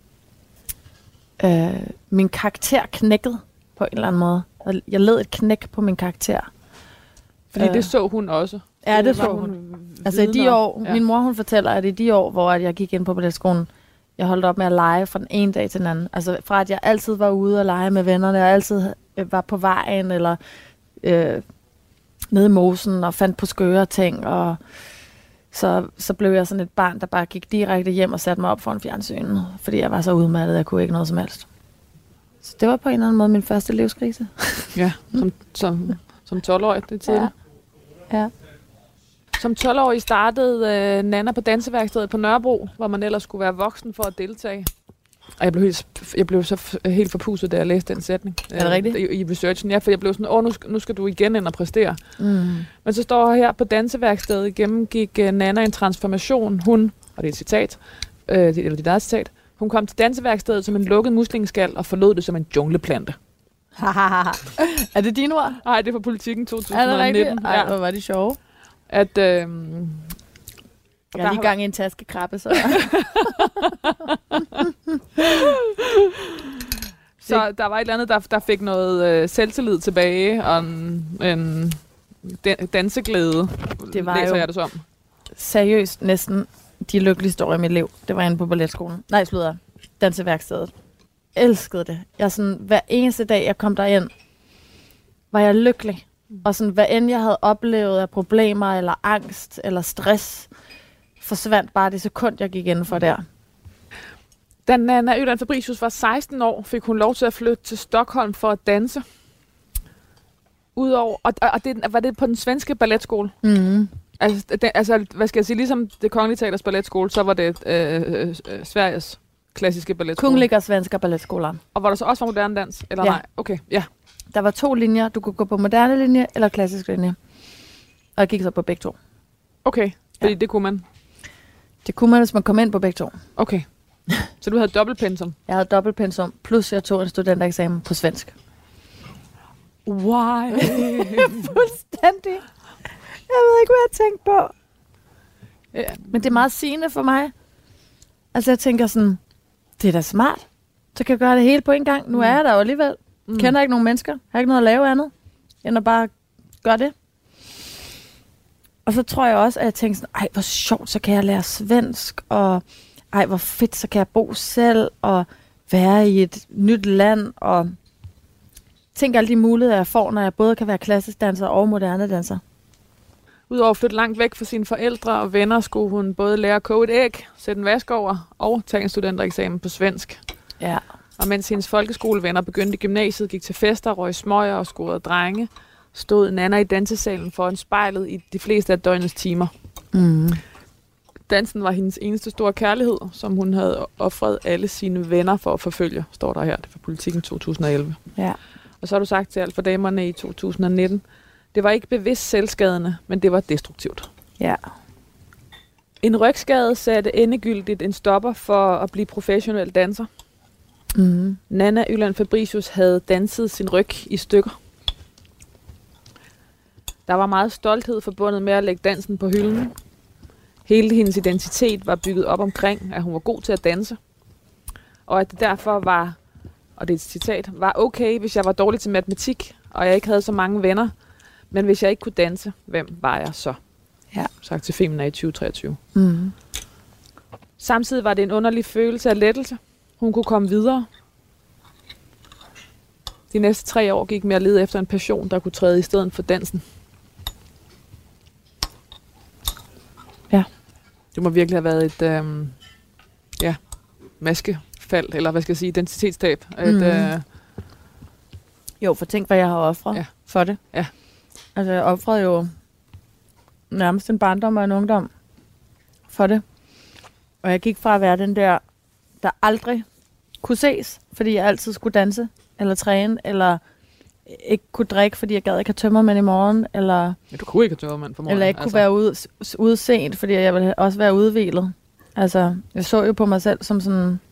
Speaker 6: øh, min karakter knækket på en eller anden måde. Jeg led et knæk på min karakter.
Speaker 5: Fordi øh, det så hun også.
Speaker 6: Ja, det, det så hun. hun altså i de år, ja. Min mor hun fortæller, at i de år, hvor jeg gik ind på balletskolen, jeg holdt op med at lege fra den ene dag til den anden. Altså fra at jeg altid var ude og lege med vennerne, og altid var på vejen, eller øh, nede i mosen, og fandt på skøre ting, og så, så blev jeg sådan et barn, der bare gik direkte hjem og satte mig op foran fjernsynet, fordi jeg var så udmattet, jeg kunne ikke noget som helst. Så det var på en eller anden måde min første livskrise.
Speaker 5: Ja, som, som, som tolv-årig, det er tidligt.
Speaker 6: Ja. Ja.
Speaker 5: Som tolv-årig startede øh, Nanna på danseværkstedet på Nørrebro, hvor man ellers skulle være voksen for at deltage. Og jeg blev, helt, jeg blev så f- helt forpusset, da jeg læste den sætning.
Speaker 6: Er det rigtigt?
Speaker 5: I, I researchen, ja, for jeg blev sådan, åh, nu, nu skal du igen ind og præstere. Mm. Men så står her på danseværkstedet, gennemgik uh, Nanna en transformation. Hun, og det er et citat, øh, eller dit eget citat, hun kom til danseværkstedet som en lukket muslingeskal og forlod det som en jungleplante.
Speaker 6: Er det dine ord?
Speaker 5: Nej, det er fra Politikken to tusind nitten.
Speaker 6: Er det rigtigt? Ej, hvor var det sjovt.
Speaker 5: At, øh,
Speaker 6: jeg er lige gang i en taskekrabbe, så
Speaker 5: Så der var et eller andet, der, der fik noget øh, selvtillid tilbage, og en, en dan- danseglæde,
Speaker 6: det var
Speaker 5: læser
Speaker 6: jo
Speaker 5: jeg det som.
Speaker 6: Seriøst næsten de lykkeligste år i mit liv. Det var inde på balletskolen. Nej, slutter. Danseværkstedet. Elskede det. Jeg sådan, hver eneste dag, jeg kom derind, var jeg lykkelig. Og sådan, hvad end jeg havde oplevet af problemer, eller angst, eller stress, forsvandt bare det sekund, jeg gik indenfor der.
Speaker 5: Da Nanna Øland Fabricius var seksten år, fik hun lov til at flytte til Stockholm for at danse. Udover, og, og det, var det på den svenske balletskole?
Speaker 6: Mm-hmm.
Speaker 5: Altså, det, altså, hvad skal jeg sige, ligesom det Kongelige Teaters balletskole, så var det øh, øh, øh, Sveriges klassiske balletskole.
Speaker 6: Kungliga Svenska Balletskolan.
Speaker 5: Og var der så også var moderne dans? Eller
Speaker 6: ja.
Speaker 5: Nej? Okay, ja.
Speaker 6: Der var to linjer. Du kunne gå på moderne linje eller klassisk linje. Og jeg gik så på begge to.
Speaker 5: Okay, fordi
Speaker 6: ja.
Speaker 5: det kunne man?
Speaker 6: Det kunne man, hvis man kom ind på begge to.
Speaker 5: Okay. Så du havde dobbeltpensum?
Speaker 6: Jeg havde dobbeltpensum, plus jeg tog en studentereksamen på svensk.
Speaker 5: Why?
Speaker 6: Fuldstændig. Jeg ved ikke, hvad jeg tænkte på.
Speaker 5: Ja.
Speaker 6: Men det er meget sigende for mig. Altså jeg tænker sådan, det er da smart. Så kan jeg gøre det hele på en gang. Nu er jeg der jo alligevel. Mm. Kender ikke nogen mennesker. Har ikke noget at lave andet, end at bare gøre det. Og så tror jeg også, at jeg tænker sådan, ej, hvor sjovt, så kan jeg lære svensk, og ej, hvor fedt, så kan jeg bo selv, og være i et nyt land, og tænke alle de muligheder, jeg får, når jeg både kan være klassisk danser og moderne danser.
Speaker 5: Udover at flytte langt væk fra sine forældre og venner, skulle hun både lære at koge et æg, sætte en vask over, og tage en studentereksamen på svensk.
Speaker 6: Ja.
Speaker 5: Og mens hendes folkeskolevenner begyndte i gymnasiet, gik til fester, røg smøger og scorede drenge, stod Nanna i dansesalen foran spejlet i de fleste af døgnets timer.
Speaker 6: Mm.
Speaker 5: Dansen var hendes eneste store kærlighed, som hun havde offret alle sine venner for at forfølge, står der her. Det var Politikken to tusind og elleve.
Speaker 6: Ja.
Speaker 5: Og så har du sagt til Alt for damerne i to tusind og nitten, det var ikke bevidst selvskadende, men det var destruktivt.
Speaker 6: Ja.
Speaker 5: En rygskade satte endegyldigt en stopper for at blive professionel danser.
Speaker 6: Mm.
Speaker 5: Nanna Ylland Fabricius havde danset sin ryg i stykker. Der var meget stolthed forbundet med at lægge dansen på hylden. Hele hendes identitet var bygget op omkring, at hun var god til at danse. Og at det derfor var, og det er et citat, var okay, hvis jeg var dårlig til matematik, og jeg ikke havde så mange venner. Men hvis jeg ikke kunne danse, hvem var jeg så?
Speaker 6: Ja.
Speaker 5: Sagt til Femina i tyve treogtyve.
Speaker 6: Mm.
Speaker 5: Samtidig var det en underlig følelse af lettelse. Hun kunne komme videre. De næste tre år gik med at lede efter en passion, der kunne træde i stedet for dansen.
Speaker 6: Ja.
Speaker 5: Det må virkelig have været et øhm, ja, maskefald, eller hvad skal jeg sige, identitetstab. Et,
Speaker 6: Mm.
Speaker 5: øh,
Speaker 6: Jo, for tænk, hvad jeg har offret
Speaker 5: Ja.
Speaker 6: for det.
Speaker 5: Ja.
Speaker 6: Altså, jeg offrede jo nærmest en barndom og en ungdom for det. Og jeg gik fra at være den der, der aldrig kunne ses, fordi jeg altid skulle danse, eller træne, eller ikke kunne drikke, fordi jeg gad ikke have tømmermænd i morgen, eller,
Speaker 5: ja, du kunne ikke have tømmermand for morgen.
Speaker 6: eller ikke kunne være ude, ude sent, fordi jeg ville også være udhvilet. Altså, jeg så jo på mig selv som sådan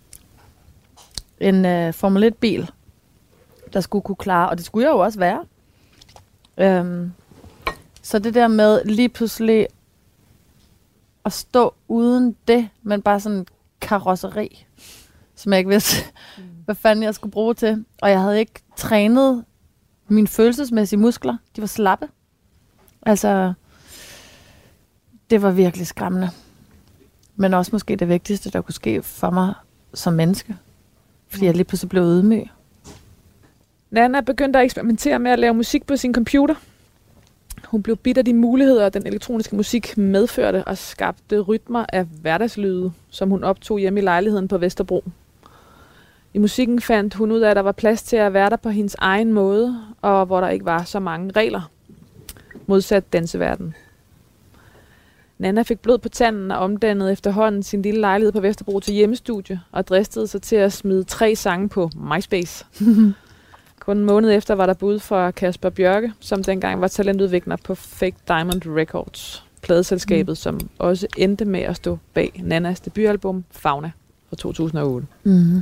Speaker 6: en uh, Formel et-bil, der skulle kunne klare, og det skulle jeg jo også være. Øhm, så det der med lige pludselig at stå uden det, men bare sådan en karosseri, som jeg ikke vidste, mm. hvad fanden jeg skulle bruge til. Og jeg havde ikke trænet mine følelsesmæssige muskler. De var slappe. Altså, det var virkelig skræmmende. Men også måske det vigtigste, der kunne ske for mig som menneske. Fordi jeg lige pludselig blev ydmyg.
Speaker 5: Nanna begyndte at eksperimentere med at lave musik på sin computer. Hun blev bidt af de muligheder, den elektroniske musik medførte, og skabte rytmer af hverdagslyde, som hun optog hjemme i lejligheden på Vesterbro. I musikken fandt hun ud af, at der var plads til at være der på hendes egen måde, og hvor der ikke var så mange regler, modsat danseverdenen. Nanna fik blod på tanden og omdannede efterhånden sin lille lejlighed på Vesterbro til hjemmestudie, og dristede sig til at smide tre sange på MySpace. Kun en måned efter var der bud fra Kasper Bjørke, som dengang var talentudvikler på Fake Diamond Records, pladeselskabet, mm. som også endte med at stå bag Nannas debutalbum Fauna fra to tusind og otte.
Speaker 6: Mm-hmm.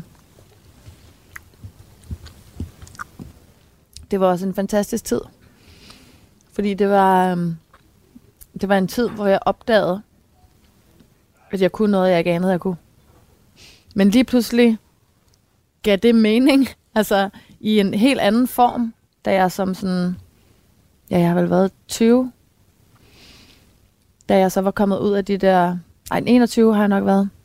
Speaker 6: Det var også en fantastisk tid, fordi det var, øhm, det var en tid, hvor jeg opdagede, at jeg kunne noget, jeg ikke anede, jeg kunne. Men lige pludselig gav det mening, altså i en helt anden form, da jeg som sådan, ja, jeg har vel været tyve, da jeg så var kommet ud af de der, ej, enogtyve har jeg nok været.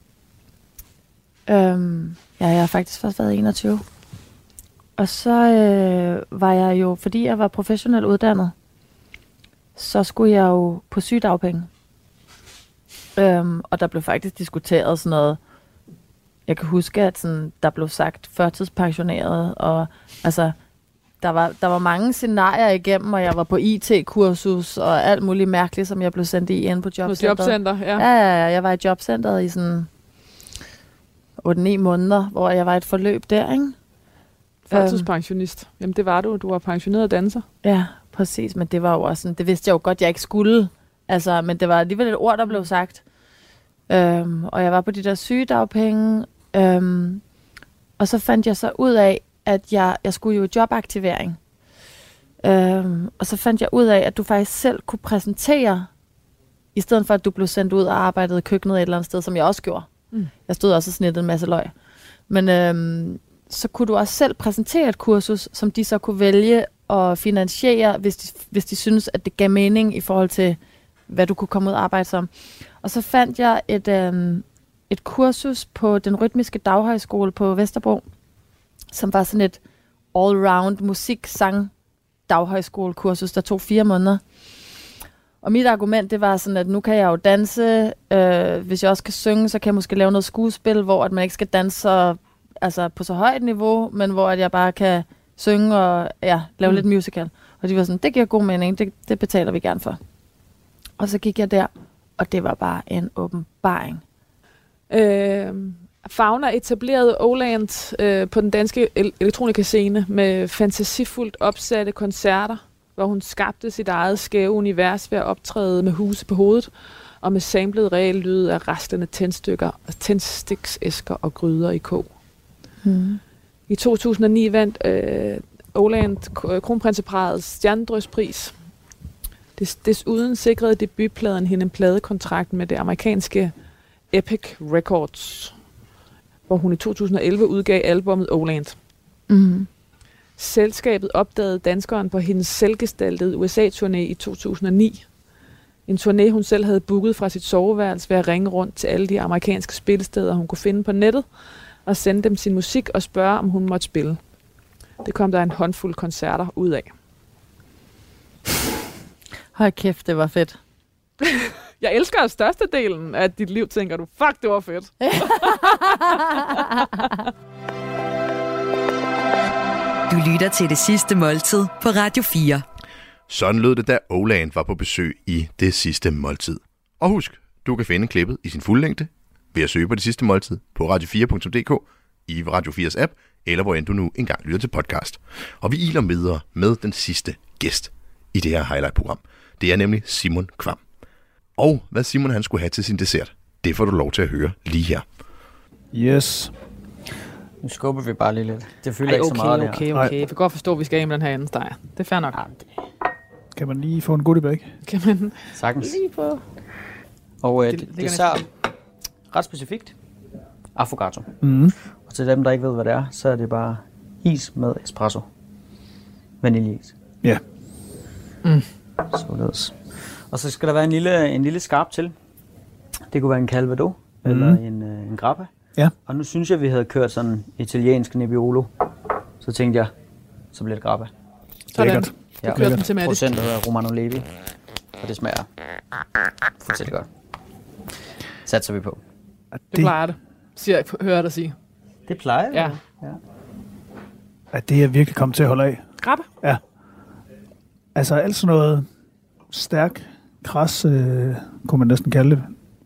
Speaker 6: Øhm, ja, jeg har faktisk først været enogtyve. Og så øh, var jeg jo, fordi jeg var professionelt uddannet, så skulle jeg jo på sygedagpenge. Øhm, og der blev faktisk diskuteret sådan noget. Jeg kan huske, at sådan, der blev sagt førtidspensioneret, og altså, der var, der var mange scenarier igennem, og jeg var på I T-kursus, og alt muligt mærkeligt, som jeg blev sendt i ind på jobcenteret.
Speaker 5: På jobcenter, ja.
Speaker 6: Ja, ja, ja, jeg var i jobcenteret i sådan otte ni måneder, hvor jeg var i et forløb der, ikke?
Speaker 5: Førtidspensionist. Jamen det var du, du var pensioneret danser.
Speaker 6: Ja, præcis, men det var jo også sådan, det vidste jeg jo godt, jeg ikke skulle. Altså, men det var alligevel et ord, der blev sagt. Øhm, og jeg var på de der sygedagpenge, øhm, og så fandt jeg så ud af, at jeg, jeg skulle jo i jobaktivering. Øhm, og så fandt jeg ud af, at du faktisk selv kunne præsentere, i stedet for at du blev sendt ud og arbejdede i køkkenet et eller andet sted, som jeg også gjorde. Mm. Jeg stod også og snittede en masse løg. Men øhm, så kunne du også selv præsentere et kursus, som de så kunne vælge at finansiere, hvis de, hvis de synes, at det gav mening i forhold til, hvad du kunne komme ud og arbejde som. Og så fandt jeg et, øhm, et kursus på den rytmiske daghøjskole på Vesterbro, som var sådan et all-round musik-sang daghøjskolekursus, der tog fire måneder. Og mit argument, det var sådan, at nu kan jeg jo danse. Øh, hvis jeg også kan synge, så kan jeg måske lave noget skuespil, hvor at man ikke skal danse så, altså på så højt niveau, men hvor at jeg bare kan synge og ja, lave mm. lidt musical. Og Og de var sådan, det giver god mening, det, det betaler vi gerne for. Og så gik jeg der, og det var bare en åbenbaring.
Speaker 5: Øh, Fauna etablerede Oland øh, på den danske el- elektronikascene med fantasifuldt opsatte koncerter, hvor hun skabte sit eget skæve univers ved at optræde med huse på hovedet, og med samlet reelle lyde af rastlende tændstykker, tændstiksæsker og gryder i kog.
Speaker 6: Mm.
Speaker 5: I to tusind og ni vandt øh, Oland Kronprinseparrets Stjernedrøspris. Des, desuden sikrede debutpladen hende en pladekontrakt med det amerikanske Epic Records, hvor hun i to tusind og elleve udgav albummet Oland.
Speaker 6: Mm.
Speaker 5: Selskabet opdagede danskeren på hendes selvgestaltede U S A-turné i to tusind og ni. En turné, hun selv havde booket fra sit soveværelse ved at ringe rundt til alle de amerikanske spillesteder, hun kunne finde på nettet, og sende dem sin musik og spørge, om hun måtte spille. Det kom der en håndfuld koncerter ud af.
Speaker 6: Hold kæft, det var fedt.
Speaker 5: Jeg elsker størstedelen af dit liv, tænker du. Fuck, det var fedt.
Speaker 2: Du lytter til Det Sidste Måltid på Radio fire.
Speaker 1: Sådan lød det, da Oland var på besøg i Det Sidste Måltid. Og husk, du kan finde klippet i sin fulde længde ved at søge på Det Sidste Måltid på radio fire punktum d k, i Radio fires app, eller hvor end du nu engang lytter til podcast. Og vi iler videre med den sidste gæst i det her highlight-program. Det er nemlig Simon Kvam. Og hvad Simon han skulle have til sin dessert, det får du lov til at høre lige her.
Speaker 8: Yes.
Speaker 7: Nu skubber vi bare lige lidt. Det fylder
Speaker 5: Ej,
Speaker 7: ikke
Speaker 5: okay,
Speaker 7: så meget
Speaker 5: okay, okay,
Speaker 7: der.
Speaker 5: okay. Jeg kan godt forstå, at vi skal af med den her anden steg. Det er fair nok.
Speaker 8: Kan man lige få en goodie bag?
Speaker 5: Kan man
Speaker 7: Sagtens.
Speaker 5: lige på?
Speaker 7: Og øh,
Speaker 5: Det
Speaker 7: det,
Speaker 5: ligger
Speaker 7: dessert, ret specifikt, affogato.
Speaker 8: Mm.
Speaker 7: Og til dem, der ikke ved, hvad det er, så er det bare is med espresso. Vaniljeis.
Speaker 8: Ja.
Speaker 5: Mm.
Speaker 7: Således. Og så skal der være en lille, en lille skarp til. Det kunne være en calvados, mm. eller en, øh, en grappa.
Speaker 8: Ja.
Speaker 7: Og nu synes jeg, vi havde kørt sådan italiensk Nebbiolo. Så tænkte jeg, så bliver det grappa.
Speaker 5: Sådan.
Speaker 8: Lækkert.
Speaker 7: Ja,
Speaker 5: kører den til Mattis.
Speaker 7: procent af Romano Levi. Og det smager fuldstændig godt. Satser vi på.
Speaker 5: Det plejer det, siger jeg, hører jeg dig sige.
Speaker 7: Det plejer
Speaker 5: Ja.
Speaker 7: ja.
Speaker 8: At det er virkelig kommet til at holde af.
Speaker 5: Grabbe?
Speaker 8: Ja. Altså alt sådan noget stærk, kras, øh, kunne man næsten kalde det,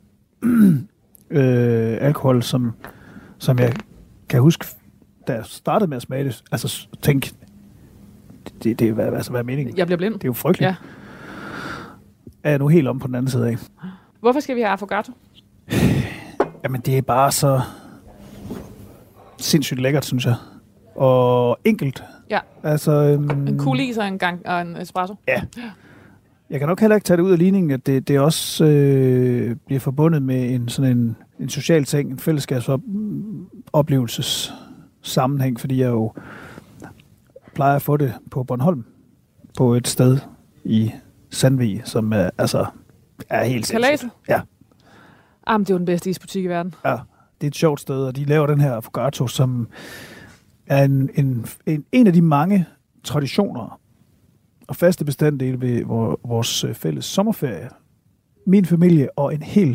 Speaker 8: øh, alkohol, som, som jeg kan huske, da jeg startede med at smage det, altså tænk, det, det, hvad, altså, hvad er meningen?
Speaker 5: Jeg bliver blind.
Speaker 8: Det er jo frygteligt.
Speaker 5: Ja.
Speaker 8: Er jeg nu helt om på den anden side af?
Speaker 5: Hvorfor skal vi have affogato?
Speaker 8: Jamen, det er bare så sindssygt lækkert, synes jeg. Og enkelt.
Speaker 5: Ja.
Speaker 8: Altså, øhm,
Speaker 5: En cool is og en, gang, og en espresso?
Speaker 8: Ja. Jeg kan nok heller ikke tage det ud af ligningen, at det, det også øh, bliver forbundet med en sådan en, en social ting, en fællesskabsoplevelses sammenhæng, fordi jeg jo plejer at få det på Bornholm, på et sted i Sandvig, som er, altså, er helt
Speaker 5: Kalase?
Speaker 8: sindssygt. Ja.
Speaker 5: Jamen, det er jo den bedste isbutik i verden.
Speaker 8: Ja, det er et sjovt sted, og de laver den her affogato, som er en, en, en, en af de mange traditioner og faste bestanddele ved vores fælles sommerferie. Min familie og en hel,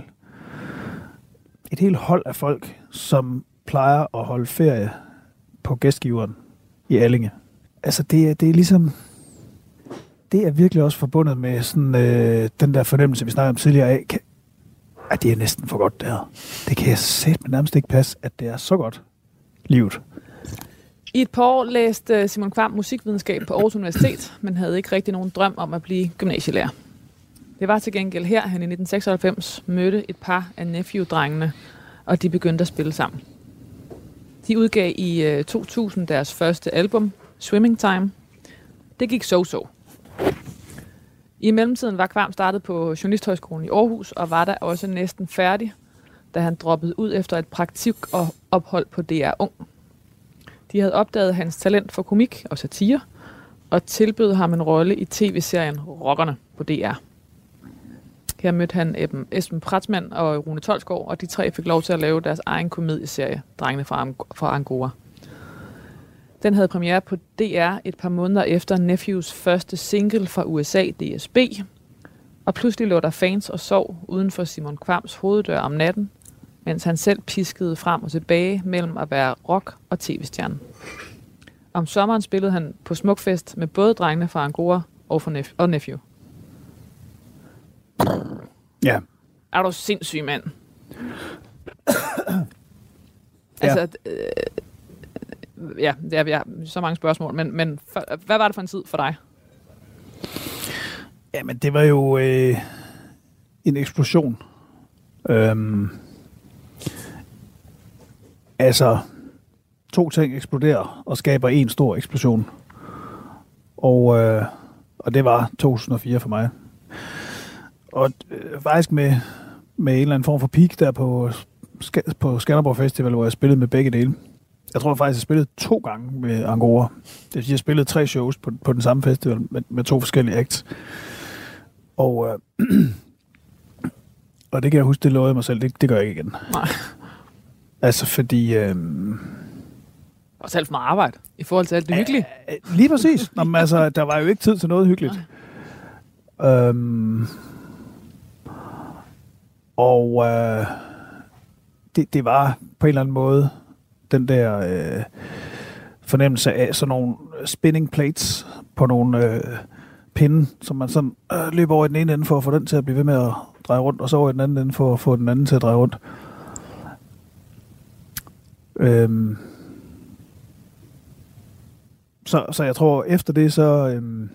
Speaker 8: et helt hold af folk, som plejer at holde ferie på gæstgiveren i Allinge. Altså, det er, det er ligesom... Det er virkelig også forbundet med sådan, øh, den der fornemmelse, vi snakkede om tidligere af, kan, at det er næsten for godt, det her. Det kan jeg sætte nærmest ikke passe, at det er så godt, livet.
Speaker 5: I et par år læste Simon Kvam musikvidenskab på Aarhus Universitet, men havde ikke rigtig nogen drøm om at blive gymnasielærer. Det var til gengæld her, han i nitten seksoghalvfems mødte et par af Nephew-drengene, og de begyndte at spille sammen. De udgav i uh, to tusind deres første album, Swimming Time. Det gik so-so. I mellemtiden var Kvam startet på Journalisthøjskolen i Aarhus, og var der også næsten færdig, da han droppede ud efter et praktikophold på D R Ung. De havde opdaget hans talent for komik og satire, og tilbød ham en rolle i tv-serien Rockerne på D R. Her mødte han Esben Pratzmann og Rune Tolsgaard, og de tre fik lov til at lave deres egen komedieserie, Drengene fra Angora. Den havde premiere på D R et par måneder efter Nephews første single fra U S A, D S B, og pludselig lå der fans og sov uden for Simon Kvams hoveddør om natten, mens han selv piskede frem og tilbage mellem at være rock- og tv-stjerne. Om sommeren spillede han på Smukfest med både Drengene fra Angora og, for nef- og nephew.
Speaker 8: Ja.
Speaker 5: Er du sindssyg, mand?
Speaker 8: Ja.
Speaker 5: Altså, øh, ja, det er, jeg har så mange spørgsmål, men, men for, hvad var det for en tid for dig?
Speaker 8: Jamen, det var jo øh, en eksplosion. Øhm, altså, to ting eksploderer og skaber en stor eksplosion. Og, øh, og det var to tusind og fire for mig. Og øh, faktisk med, med en eller anden form for peak der på, på Skanderborg Festival, hvor jeg spillede med begge dele. Jeg tror faktisk, jeg spillede to gange med Angora. Det vil sige, jeg spillede tre shows på, på den samme festival med, med to forskellige acts. Og, øh, og det kan jeg huske, det lovede jeg mig selv. Det, det gør jeg ikke igen.
Speaker 5: Nej.
Speaker 8: Altså, fordi... Øh,
Speaker 5: Også alt for meget arbejde i forhold til alt det hyggelige.
Speaker 8: Øh, lige præcis. Nå, men altså, der var jo ikke tid til noget hyggeligt. Øhm, og øh, det, det var på en eller anden måde den der øh, fornemmelse af sådan nogle spinning plates på nogle øh, pinde, som man sådan øh, løber over i den ene ende for at få den til at blive ved med at dreje rundt, og så over i den anden ende for at få den anden til at dreje rundt. Øhm, så, så jeg tror, efter det, så øhm,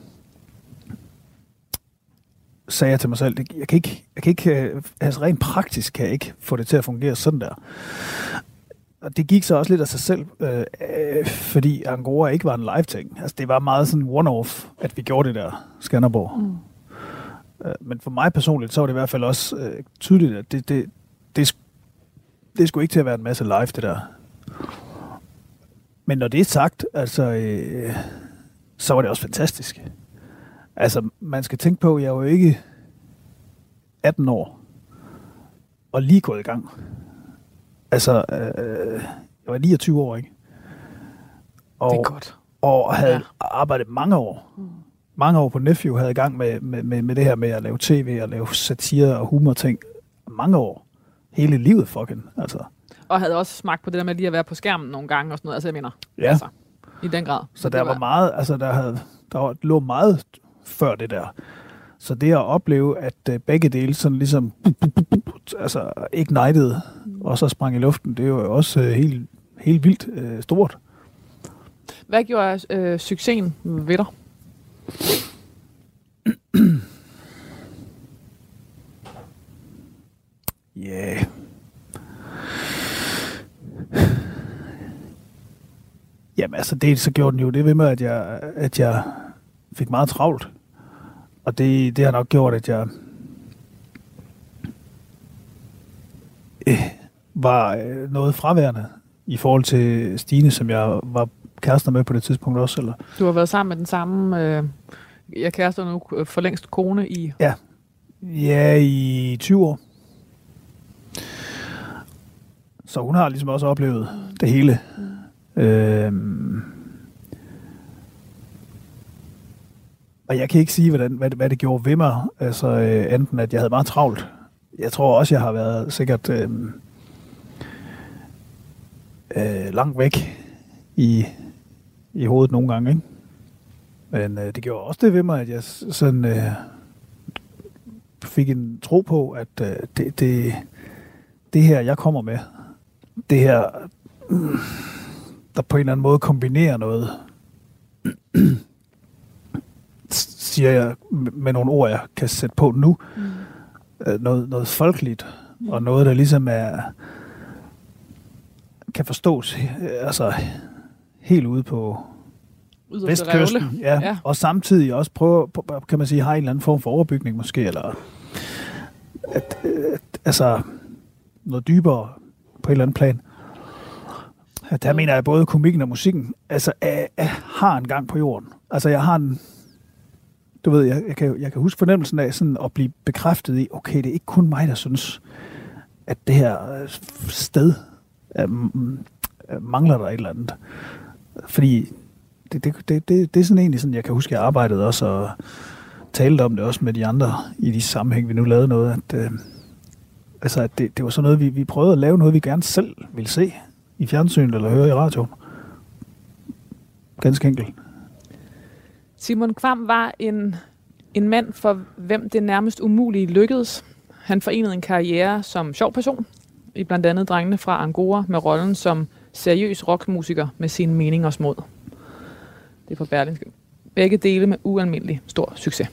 Speaker 8: sagde jeg til mig selv, jeg kan ikke, jeg kan ikke, altså rent praktisk kan jeg ikke få det til at fungere sådan der. Og det gik så også lidt af sig selv, øh, øh, fordi Angora ikke var en live-ting. Altså det var meget sådan one-off, at vi gjorde det der Skanderborg. Mm. Øh, men for mig personligt, så var det i hvert fald også øh, tydeligt, at det, det, det, det skulle ikke til at være en masse live, det der. Men når det er sagt, altså, øh, så var det også fantastisk. Altså, man skal tænke på, at jeg var jo ikke atten år, og lige gået i gang. Altså, øh, jeg var niogtyve år, ikke? Og,
Speaker 5: det er godt.
Speaker 8: Og havde
Speaker 5: ja.
Speaker 8: arbejdet mange år. Mm. Mange år på Nephew, havde i gang med, med, med, med det her med at lave tv og lave satire og humor ting. Mange år. Hele livet, fucking. Altså.
Speaker 5: Og havde også smagt på det der med lige at være på skærmen nogle gange og sådan noget. Altså, jeg mener,
Speaker 8: ja.
Speaker 5: Altså, i den grad.
Speaker 8: Så, så der var, var meget, altså der, havde, der var, lå meget før det der. Så det at opleve, at uh, begge dele sådan ligesom altså ignited, mm. og så sprang i luften, det er jo også uh, helt, helt vildt uh, stort.
Speaker 5: Hvad gjorde uh, succesen ved dig?
Speaker 8: Ja... Yeah. Jamen altså, det så gjorde den jo det ved mig, at jeg, at jeg fik meget travlt. Og det, det har nok gjort, at jeg øh, var øh, noget fraværende i forhold til Stine, som jeg var kærester med på det tidspunkt også. Eller?
Speaker 5: Du har været sammen med den samme, øh, jeg kærester nu for længst kone i...
Speaker 8: Ja, ja i tyve år. Så hun har ligesom også oplevet det hele. Mm. Øhm, og jeg kan ikke sige, hvordan, hvad, det, hvad det gjorde ved mig. Altså, øh, enten at jeg havde meget travlt. Jeg tror også, jeg har været sikkert øh, øh, langt væk i, i hovedet nogle gange. Ikke? Men øh, det gjorde også det ved mig, at jeg sådan, øh, fik en tro på, at øh, det, det, det her, jeg kommer med, det her... Øh, der på en eller anden måde kombinerer noget, siger jeg med nogle ord, jeg kan sætte på nu. Mm. Noget, noget folkeligt, mm. og noget, der ligesom er, kan forstås altså, helt ude på vestkysten. Ja, ja. Og samtidig også prøve, kan man sige, har en eller anden form for overbygning måske, eller at, at, altså noget dybere på et eller andet plan. Der mener jeg både komikken og musikken, altså jeg, jeg har en gang på jorden. Altså jeg har en, du ved, jeg, jeg, kan, jeg kan huske fornemmelsen af sådan at blive bekræftet i, okay, det er ikke kun mig, der synes, at det her sted um, mangler der et eller andet. Fordi det, det, det, det, det er sådan egentlig sådan, jeg kan huske, jeg arbejdede også og talte om det også med de andre i de sammenhæng, vi nu lavede noget, at, uh, altså, at det, det var sådan noget, vi, vi prøvede at lave noget, vi gerne selv ville se i fjernsynet eller høre i radioen. Ganske enkelt.
Speaker 5: Simon Kvamm var en, en mand, for hvem det nærmest umulige lykkedes. Han forenede en karriere som sjov person, i blandt andet Drengene fra Angora, med rollen som seriøs rockmusiker med sine meningers mod. Det er fra Berlingske. Begge dele med ualmindelig stor succes.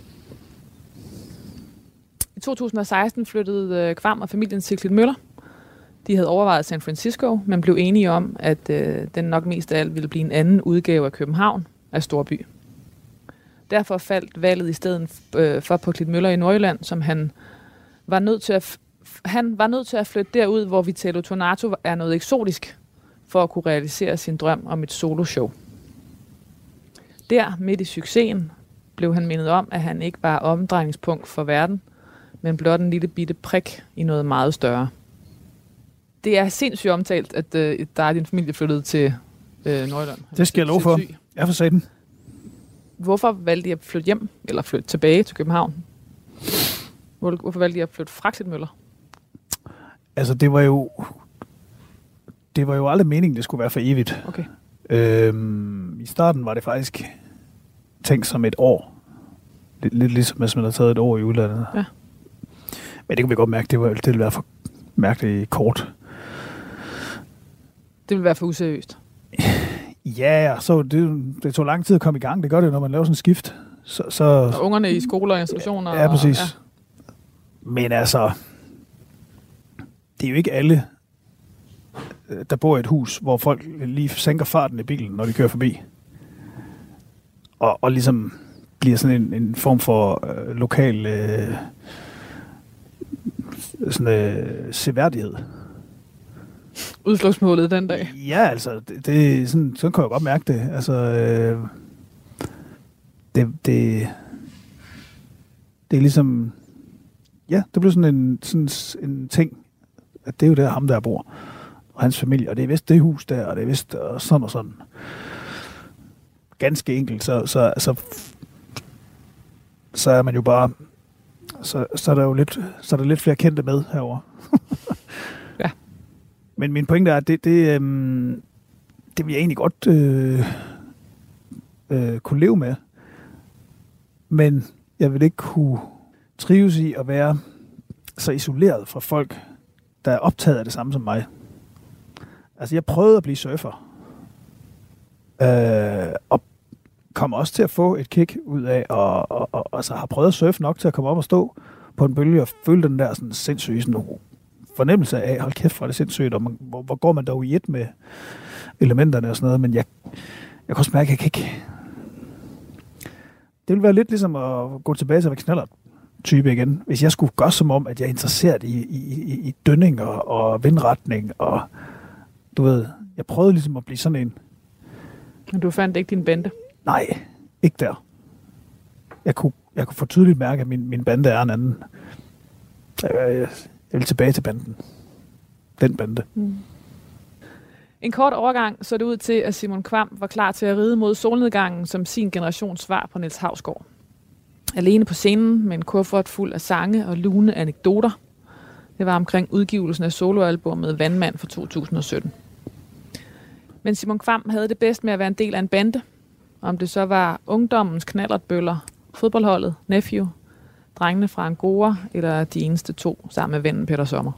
Speaker 5: I to tusind og seksten flyttede Kvamm og familien til Klitmøller. De havde overvejet San Francisco, men blev enige om, at øh, den nok mest af alt ville blive en anden udgave af København, af Storby. Derfor faldt valget i stedet øh, for på Klitmøller i Nordjylland, som han var nødt til at f- han var nødt til at flytte derud, hvor Vitello Tornato er noget eksotisk, for at kunne realisere sin drøm om et soloshow. Der, midt i succesen, blev han mindet om, at han ikke var omdrejningspunkt for verden, men blot en lille bitte prik i noget meget større. Det er sindssygt omtalt, at øh, der er din familie flyttet til øh, Nordjylland.
Speaker 8: Det skal jeg love for. Jeg får sagt den.
Speaker 5: Hvorfor valgte de at flytte hjem, eller flytte tilbage til København? Hvor, hvorfor valgte de at flytte fra Klitmøller?
Speaker 8: Altså, det var jo... Det var jo aldrig meningen, det skulle være for evigt.
Speaker 5: Okay.
Speaker 8: Øhm, I starten var det faktisk tænkt som et år. Lidt, lidt ligesom, hvis man havde taget et år i udlandet.
Speaker 5: Ja.
Speaker 8: Men det kunne vi godt mærke, det, var, det ville være for mærkeligt kort.
Speaker 5: Det ville være for useriøst.
Speaker 8: Ja, så det, det tog lang tid at komme i gang. Det gør det, når man laver sådan en skift. Så, så,
Speaker 5: og ungerne i skoler og institutioner.
Speaker 8: Ja, præcis.
Speaker 5: Og,
Speaker 8: ja. Men altså, det er jo ikke alle, der bor i et hus, hvor folk lige sænker farten i bilen, når de kører forbi. Og, og ligesom bliver sådan en, en form for øh, lokal øh, sådan, øh, seværdighed.
Speaker 5: Udflugtsmålet den dag.
Speaker 8: Ja, altså, det, det, sådan, sådan kan jeg godt mærke det. Altså, øh, det, det, det er ligesom, ja, det blev sådan en, sådan en ting, at det er jo der ham, der bor, og hans familie, og det er vist det hus der, og det er vist og sådan og sådan. Ganske enkelt, så, så, så, så er man jo bare, så, så er der jo lidt, så er der lidt flere kendte med herovre.
Speaker 5: Ja.
Speaker 8: Men min pointe er, at det, det, øhm, det vil jeg egentlig godt øh, øh, kunne leve med. Men jeg vil ikke kunne trives i at være så isoleret fra folk, der er optaget af det samme som mig. Altså, jeg prøvede at blive surfer. Øh, og kommer også til at få et kick ud af, og, og, og, og så har prøvet at surfe nok til at komme op og stå på en bølge og føle den der sådan sindssyge sådan, fornemmelse af, hold kæft, hvor er det sindssygt, og man, hvor, hvor går man dog i et med elementerne og sådan noget, men jeg, jeg kan også mærke, at jeg kan ikke... Det ville være lidt ligesom at gå tilbage til at være knallert-type igen, hvis jeg skulle gøre som om, at jeg er interesseret i, i, i, i dønning og, og vindretning, og du ved, jeg prøvede ligesom at blive sådan en...
Speaker 5: Men du fandt ikke din bande?
Speaker 8: Nej, ikke der. Jeg kunne, jeg kunne få tydeligt mærke, at min, min bande er en anden. Jeg, jeg, jeg vil tilbage til banden. Den bande.
Speaker 5: Mm. En kort overgang så det ud til, at Simon Kvamm var klar til at ride mod solnedgangen som sin generations svar på Niels Hausgaard. Alene på scenen med en kuffert fuld af sange og lune anekdoter. Det var omkring udgivelsen af soloalbummet Vandmand fra to tusind og sytten. Men Simon Kvamm havde det bedst med at være en del af en bande. Om det så var ungdommens knallertbøller, fodboldholdet, Nephew, Drengene fra Angora eller de eneste to sammen med vennen Peter Sommer.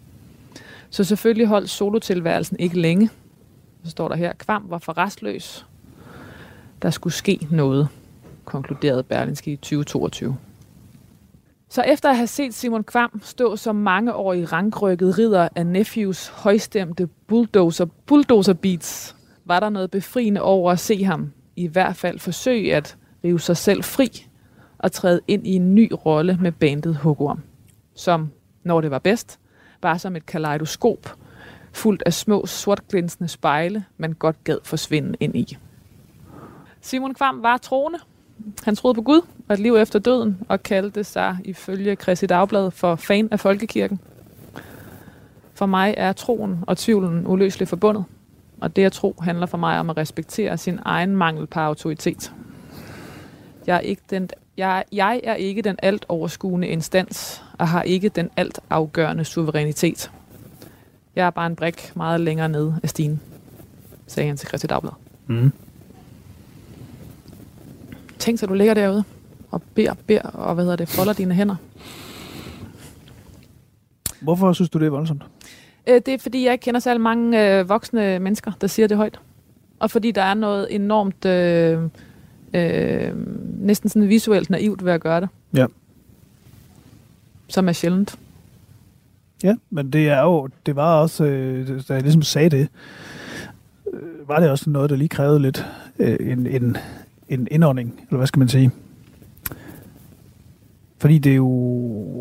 Speaker 5: Så selvfølgelig holdt solotilværelsen ikke længe. Så står der her, Kvamm var for restløs. Der skulle ske noget, konkluderede Berlingske i tyve toogtyve. Så efter at have set Simon Kvamm stå som mangeårig rankrykket ridder af Nephews højstemte bulldozer, bulldozer beats, var der noget befriende over at se ham i hvert fald forsøge at rive sig selv fri og træde ind i en ny rolle med bandet Hugorm, som, når det var bedst, var som et kaleidoskop, fuldt af små sortglinsende spejle, man godt gad forsvinde ind i. Simon Kvamm var troende. Han troede på Gud og et liv efter døden, og kaldte sig ifølge Kristi Dagblad for fan af folkekirken. For mig er troen og tvivlen uløseligt forbundet, og det at tro handler for mig om at respektere sin egen mangel på autoritet. Jeg er ikke den, jeg, jeg er ikke den alt overskuende instans, og har ikke den alt afgørende suverænitet. Jeg er bare en brik meget længere nede af stigen, sagde han til Kristi Dagblad.
Speaker 8: Mm.
Speaker 5: tænk sig, du ligger derude og beder, beder, og hvad hedder det, folder dine hænder.
Speaker 8: Hvorfor synes du, det er voldsomt?
Speaker 5: Øh, det er, fordi jeg ikke kender særlig mange øh, voksne mennesker, der siger det højt. Og fordi der er noget enormt, øh, øh, næsten sådan visuelt naivt ved at gøre det.
Speaker 8: Ja.
Speaker 5: Som er sjældent.
Speaker 8: Ja, men det er jo, det var også, øh, da jeg ligesom sagde det, øh, var det også noget, der lige krævede lidt øh, en, en, en indånding, eller hvad skal man sige? Fordi det er jo...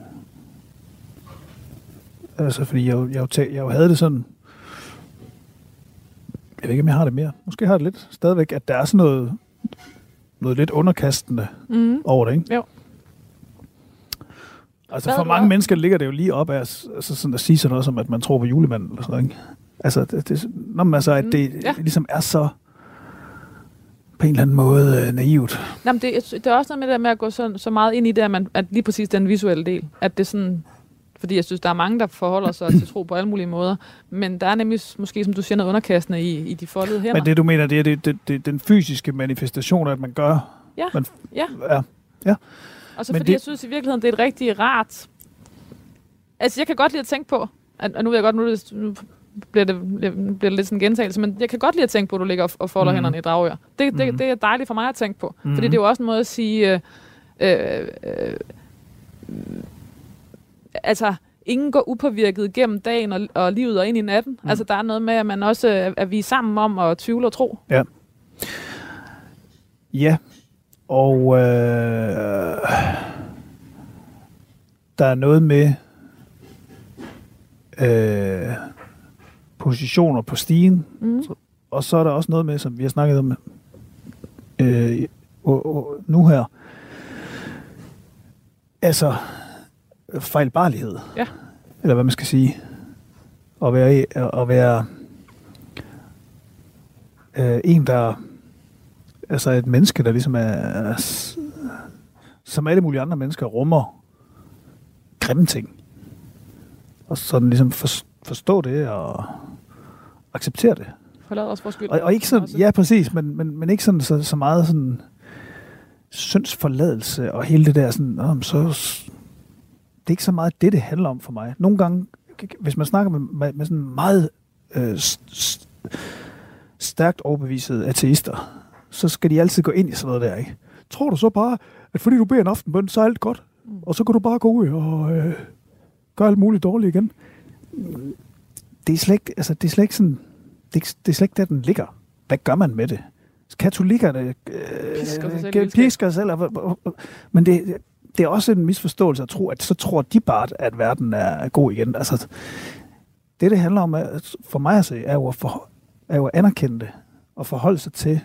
Speaker 8: Altså, fordi jeg, jeg, jeg, jeg havde det sådan... Jeg ved ikke, om jeg har det mere. Måske har det lidt stadigvæk, at der er sådan noget, noget lidt underkastende mm. over det, ikke?
Speaker 5: Jo.
Speaker 8: Altså, Hvad for mange mennesker ligger det jo lige op af altså sådan at sige sådan noget som, at man tror på julemanden, eller sådan noget, ikke? Altså, det, det, når man altså, at det mm, ja. ligesom er så på en eller anden måde øh, naivt.
Speaker 5: Jamen, det, det er også noget med det med at gå så, så meget ind i det, at, man, at lige præcis den visuelle del, at det sådan... Fordi jeg synes, der er mange, der forholder sig til tro på alle mulige måder. Men der er nemlig måske, som du siger, noget underkastende i, i de foldede hænder.
Speaker 8: Men det, du mener, det er det, det, det, den fysiske manifestation, at man gør...
Speaker 5: Ja,
Speaker 8: man,
Speaker 5: ja.
Speaker 8: ja. ja.
Speaker 5: Og så
Speaker 8: men
Speaker 5: fordi
Speaker 8: det,
Speaker 5: jeg synes i virkeligheden, det er et rigtig rart... Altså, jeg kan godt lide at tænke på... At, og nu ved jeg godt, nu, det, nu bliver, det, bliver det lidt sådan en gentagelse, men jeg kan godt lide at tænke på, at du ligger og, og folder mm. hænderne i dragør. Det, det, mm. det er dejligt for mig at tænke på. Mm. Fordi det er jo også en måde at sige... Øh, øh, øh, altså... Ingen går upåvirket gennem dagen og, og livet og ind i natten. Mm. Altså, der er noget med, at man også er, er vi er sammen om at tvivle og tro.
Speaker 8: Ja. Ja. Og øh, der er noget med øh, positioner på stigen. Mm. Og så er der også noget med, som vi har snakket om øh, og, og nu her. Altså... fejlbarlighed.
Speaker 5: Ja.
Speaker 8: Eller hvad man skal sige. At være, at være øh, en, der altså et menneske, der ligesom er som alle mulige andre mennesker, rummer grimme ting. Og sådan ligesom for, forstå det og acceptere det.
Speaker 5: Forlad os for skyld.
Speaker 8: Og, og ikke sådan, ja præcis, men, men, men ikke sådan så, så meget sådan syndsforladelse og hele det der sådan, åh, så det er ikke så meget det, det handler om for mig. Nogle gange, hvis man snakker med, med, med sådan meget øh, st- stærkt overbevisede ateister, så skal de altid gå ind i sådan noget der, ikke? Tror du så bare, at fordi du beder en aftenbøn, så er alt godt, mm. og så kan du bare gå ud og øh, gøre alt muligt dårligt igen? Det er slet ikke, altså, det er slet ikke sådan, det er, det er slet ikke der, den ligger. Hvad gør man med det? Katolikkerne øh,
Speaker 5: pisker sig selv,
Speaker 8: pisker selv men det Det er også en misforståelse at tro, at så tror de bare, at verden er god igen. Altså, det, det handler om, at for mig at se, er jo at, for, er jo at anerkende det, og forholde sig til,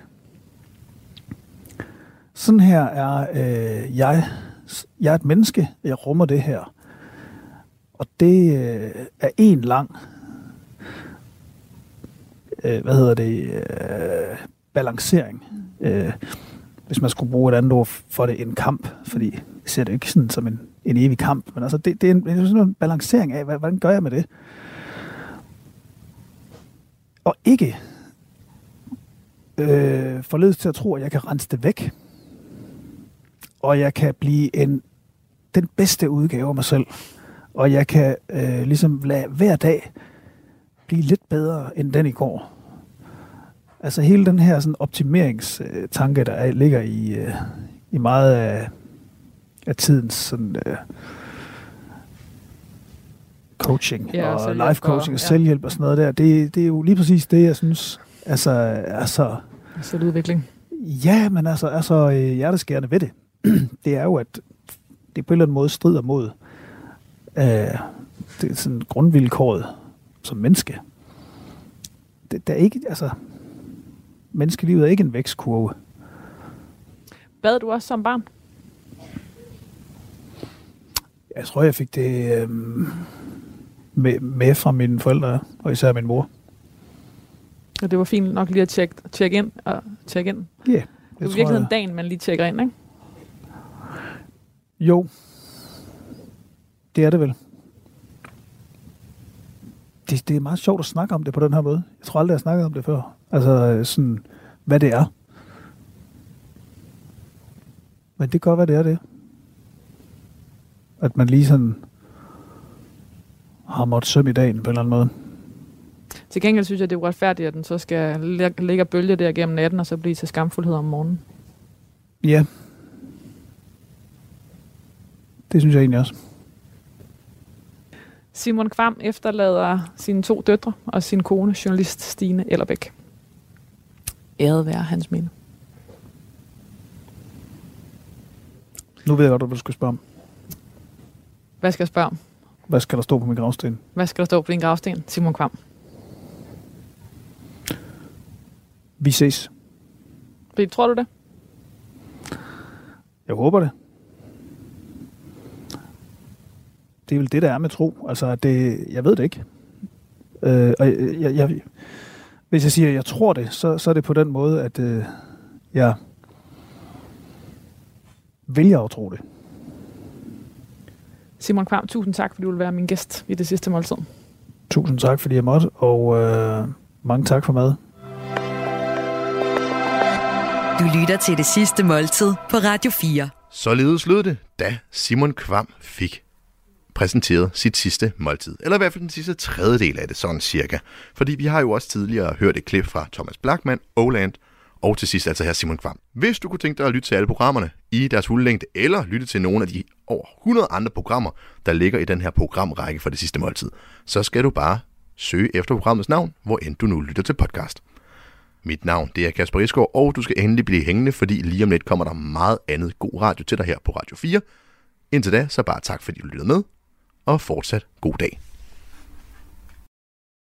Speaker 8: sådan her er øh, jeg, jeg er et menneske, jeg rummer det her. Og det øh, er en lang, øh, hvad hedder det, øh, balancering. Øh, hvis man skulle bruge et andet ord for det, en kamp, fordi jeg ser det ikke sådan som en, en evig kamp, men altså det, det er en, en, sådan en balancering af, hvordan gør jeg med det? Og ikke øh, forledes til at tro, at jeg kan rense det væk, og jeg kan blive en, den bedste udgave af mig selv, og jeg kan øh, ligesom lade hver dag blive lidt bedre end den i går. Altså hele den her sådan optimeringstanke, der er, ligger i, øh, i meget af, af tidens sådan, øh, coaching
Speaker 5: ja,
Speaker 8: og life coaching og, og selvhjælp og sådan noget der, det, det er jo lige præcis det, jeg synes altså, er så...
Speaker 5: Selvudvikling.
Speaker 8: Ja, men altså er så øh, hjerteskærende ved det. Det er jo, at det på en eller anden måde strider mod øh, det er sådan grundvilkåret som menneske. Det, der er ikke, altså... Menneskelivet er ikke en vækstkurve.
Speaker 5: Bad du også som barn?
Speaker 8: Jeg tror, jeg fik det øh, med, med fra mine forældre, og især min mor.
Speaker 5: Og det var fint nok lige at tjekke, tjekke ind og tjekke ind.
Speaker 8: Ja. Yeah,
Speaker 5: det er virkelig en dagen, man lige tjekker ind, ikke?
Speaker 8: Jo. Det er det vel. Det, det er meget sjovt at snakke om det på den her måde. Jeg tror aldrig, jeg har snakket om det før. Altså sådan, hvad det er. Men det kan godt være, det er det. At man lige sådan har måttet sømme i dagen på en eller anden måde.
Speaker 5: Til gengæld synes jeg, det er uretfærdigt, at den så skal ligge og bølge der gennem natten, og så blive til skamfuldhed om morgenen.
Speaker 8: Ja. Det synes jeg egentlig også.
Speaker 5: Simon Kvam efterlader sine to døtre og sin kone, journalist Stine Ellerbæk. Æret være hans minde.
Speaker 8: Nu ved jeg godt, hvad du skal spørge om.
Speaker 5: Hvad skal jeg spørge om?
Speaker 8: Hvad skal der stå på min gravsten?
Speaker 5: Hvad skal der stå på din gravsten, Simon Kvam?
Speaker 8: Vi ses.
Speaker 5: Tror du det?
Speaker 8: Jeg håber det. Det er vel det, der er med tro. Altså, det, jeg ved det ikke. Øh, og jeg, jeg, hvis jeg siger, at jeg tror det, så, så er det på den måde, at øh, jeg vælger at tro det.
Speaker 5: Simon Kvam, tusind tak, fordi du vil være min gæst i Det Sidste Måltid.
Speaker 8: Tusind tak, fordi jeg måtte, og øh, mange tak for mad.
Speaker 2: Du lytter til Det Sidste Måltid på Radio fire.
Speaker 1: Således lød det, da Simon Kvam fik præsenteret sit sidste måltid. Eller i hvert fald den sidste tredjedel af det, sådan cirka. Fordi vi har jo også tidligere hørt et klip fra Thomas Blachman, Oland, og til sidst altså her Simon Kvam. Hvis du kunne tænke dig at lytte til alle programmerne i deres fulde længde, eller lytte til nogle af de over hundrede andre programmer, der ligger i den her programrække for Det Sidste Måltid, så skal du bare søge efter programmets navn, hvor end du nu lytter til podcast. Mit navn, det er Kasper Risgaard, og du skal endelig blive hængende, fordi lige om lidt kommer der meget andet god radio til dig her på Radio fire. Indtil da, så bare tak fordi du lyttede med, og fortsat god dag.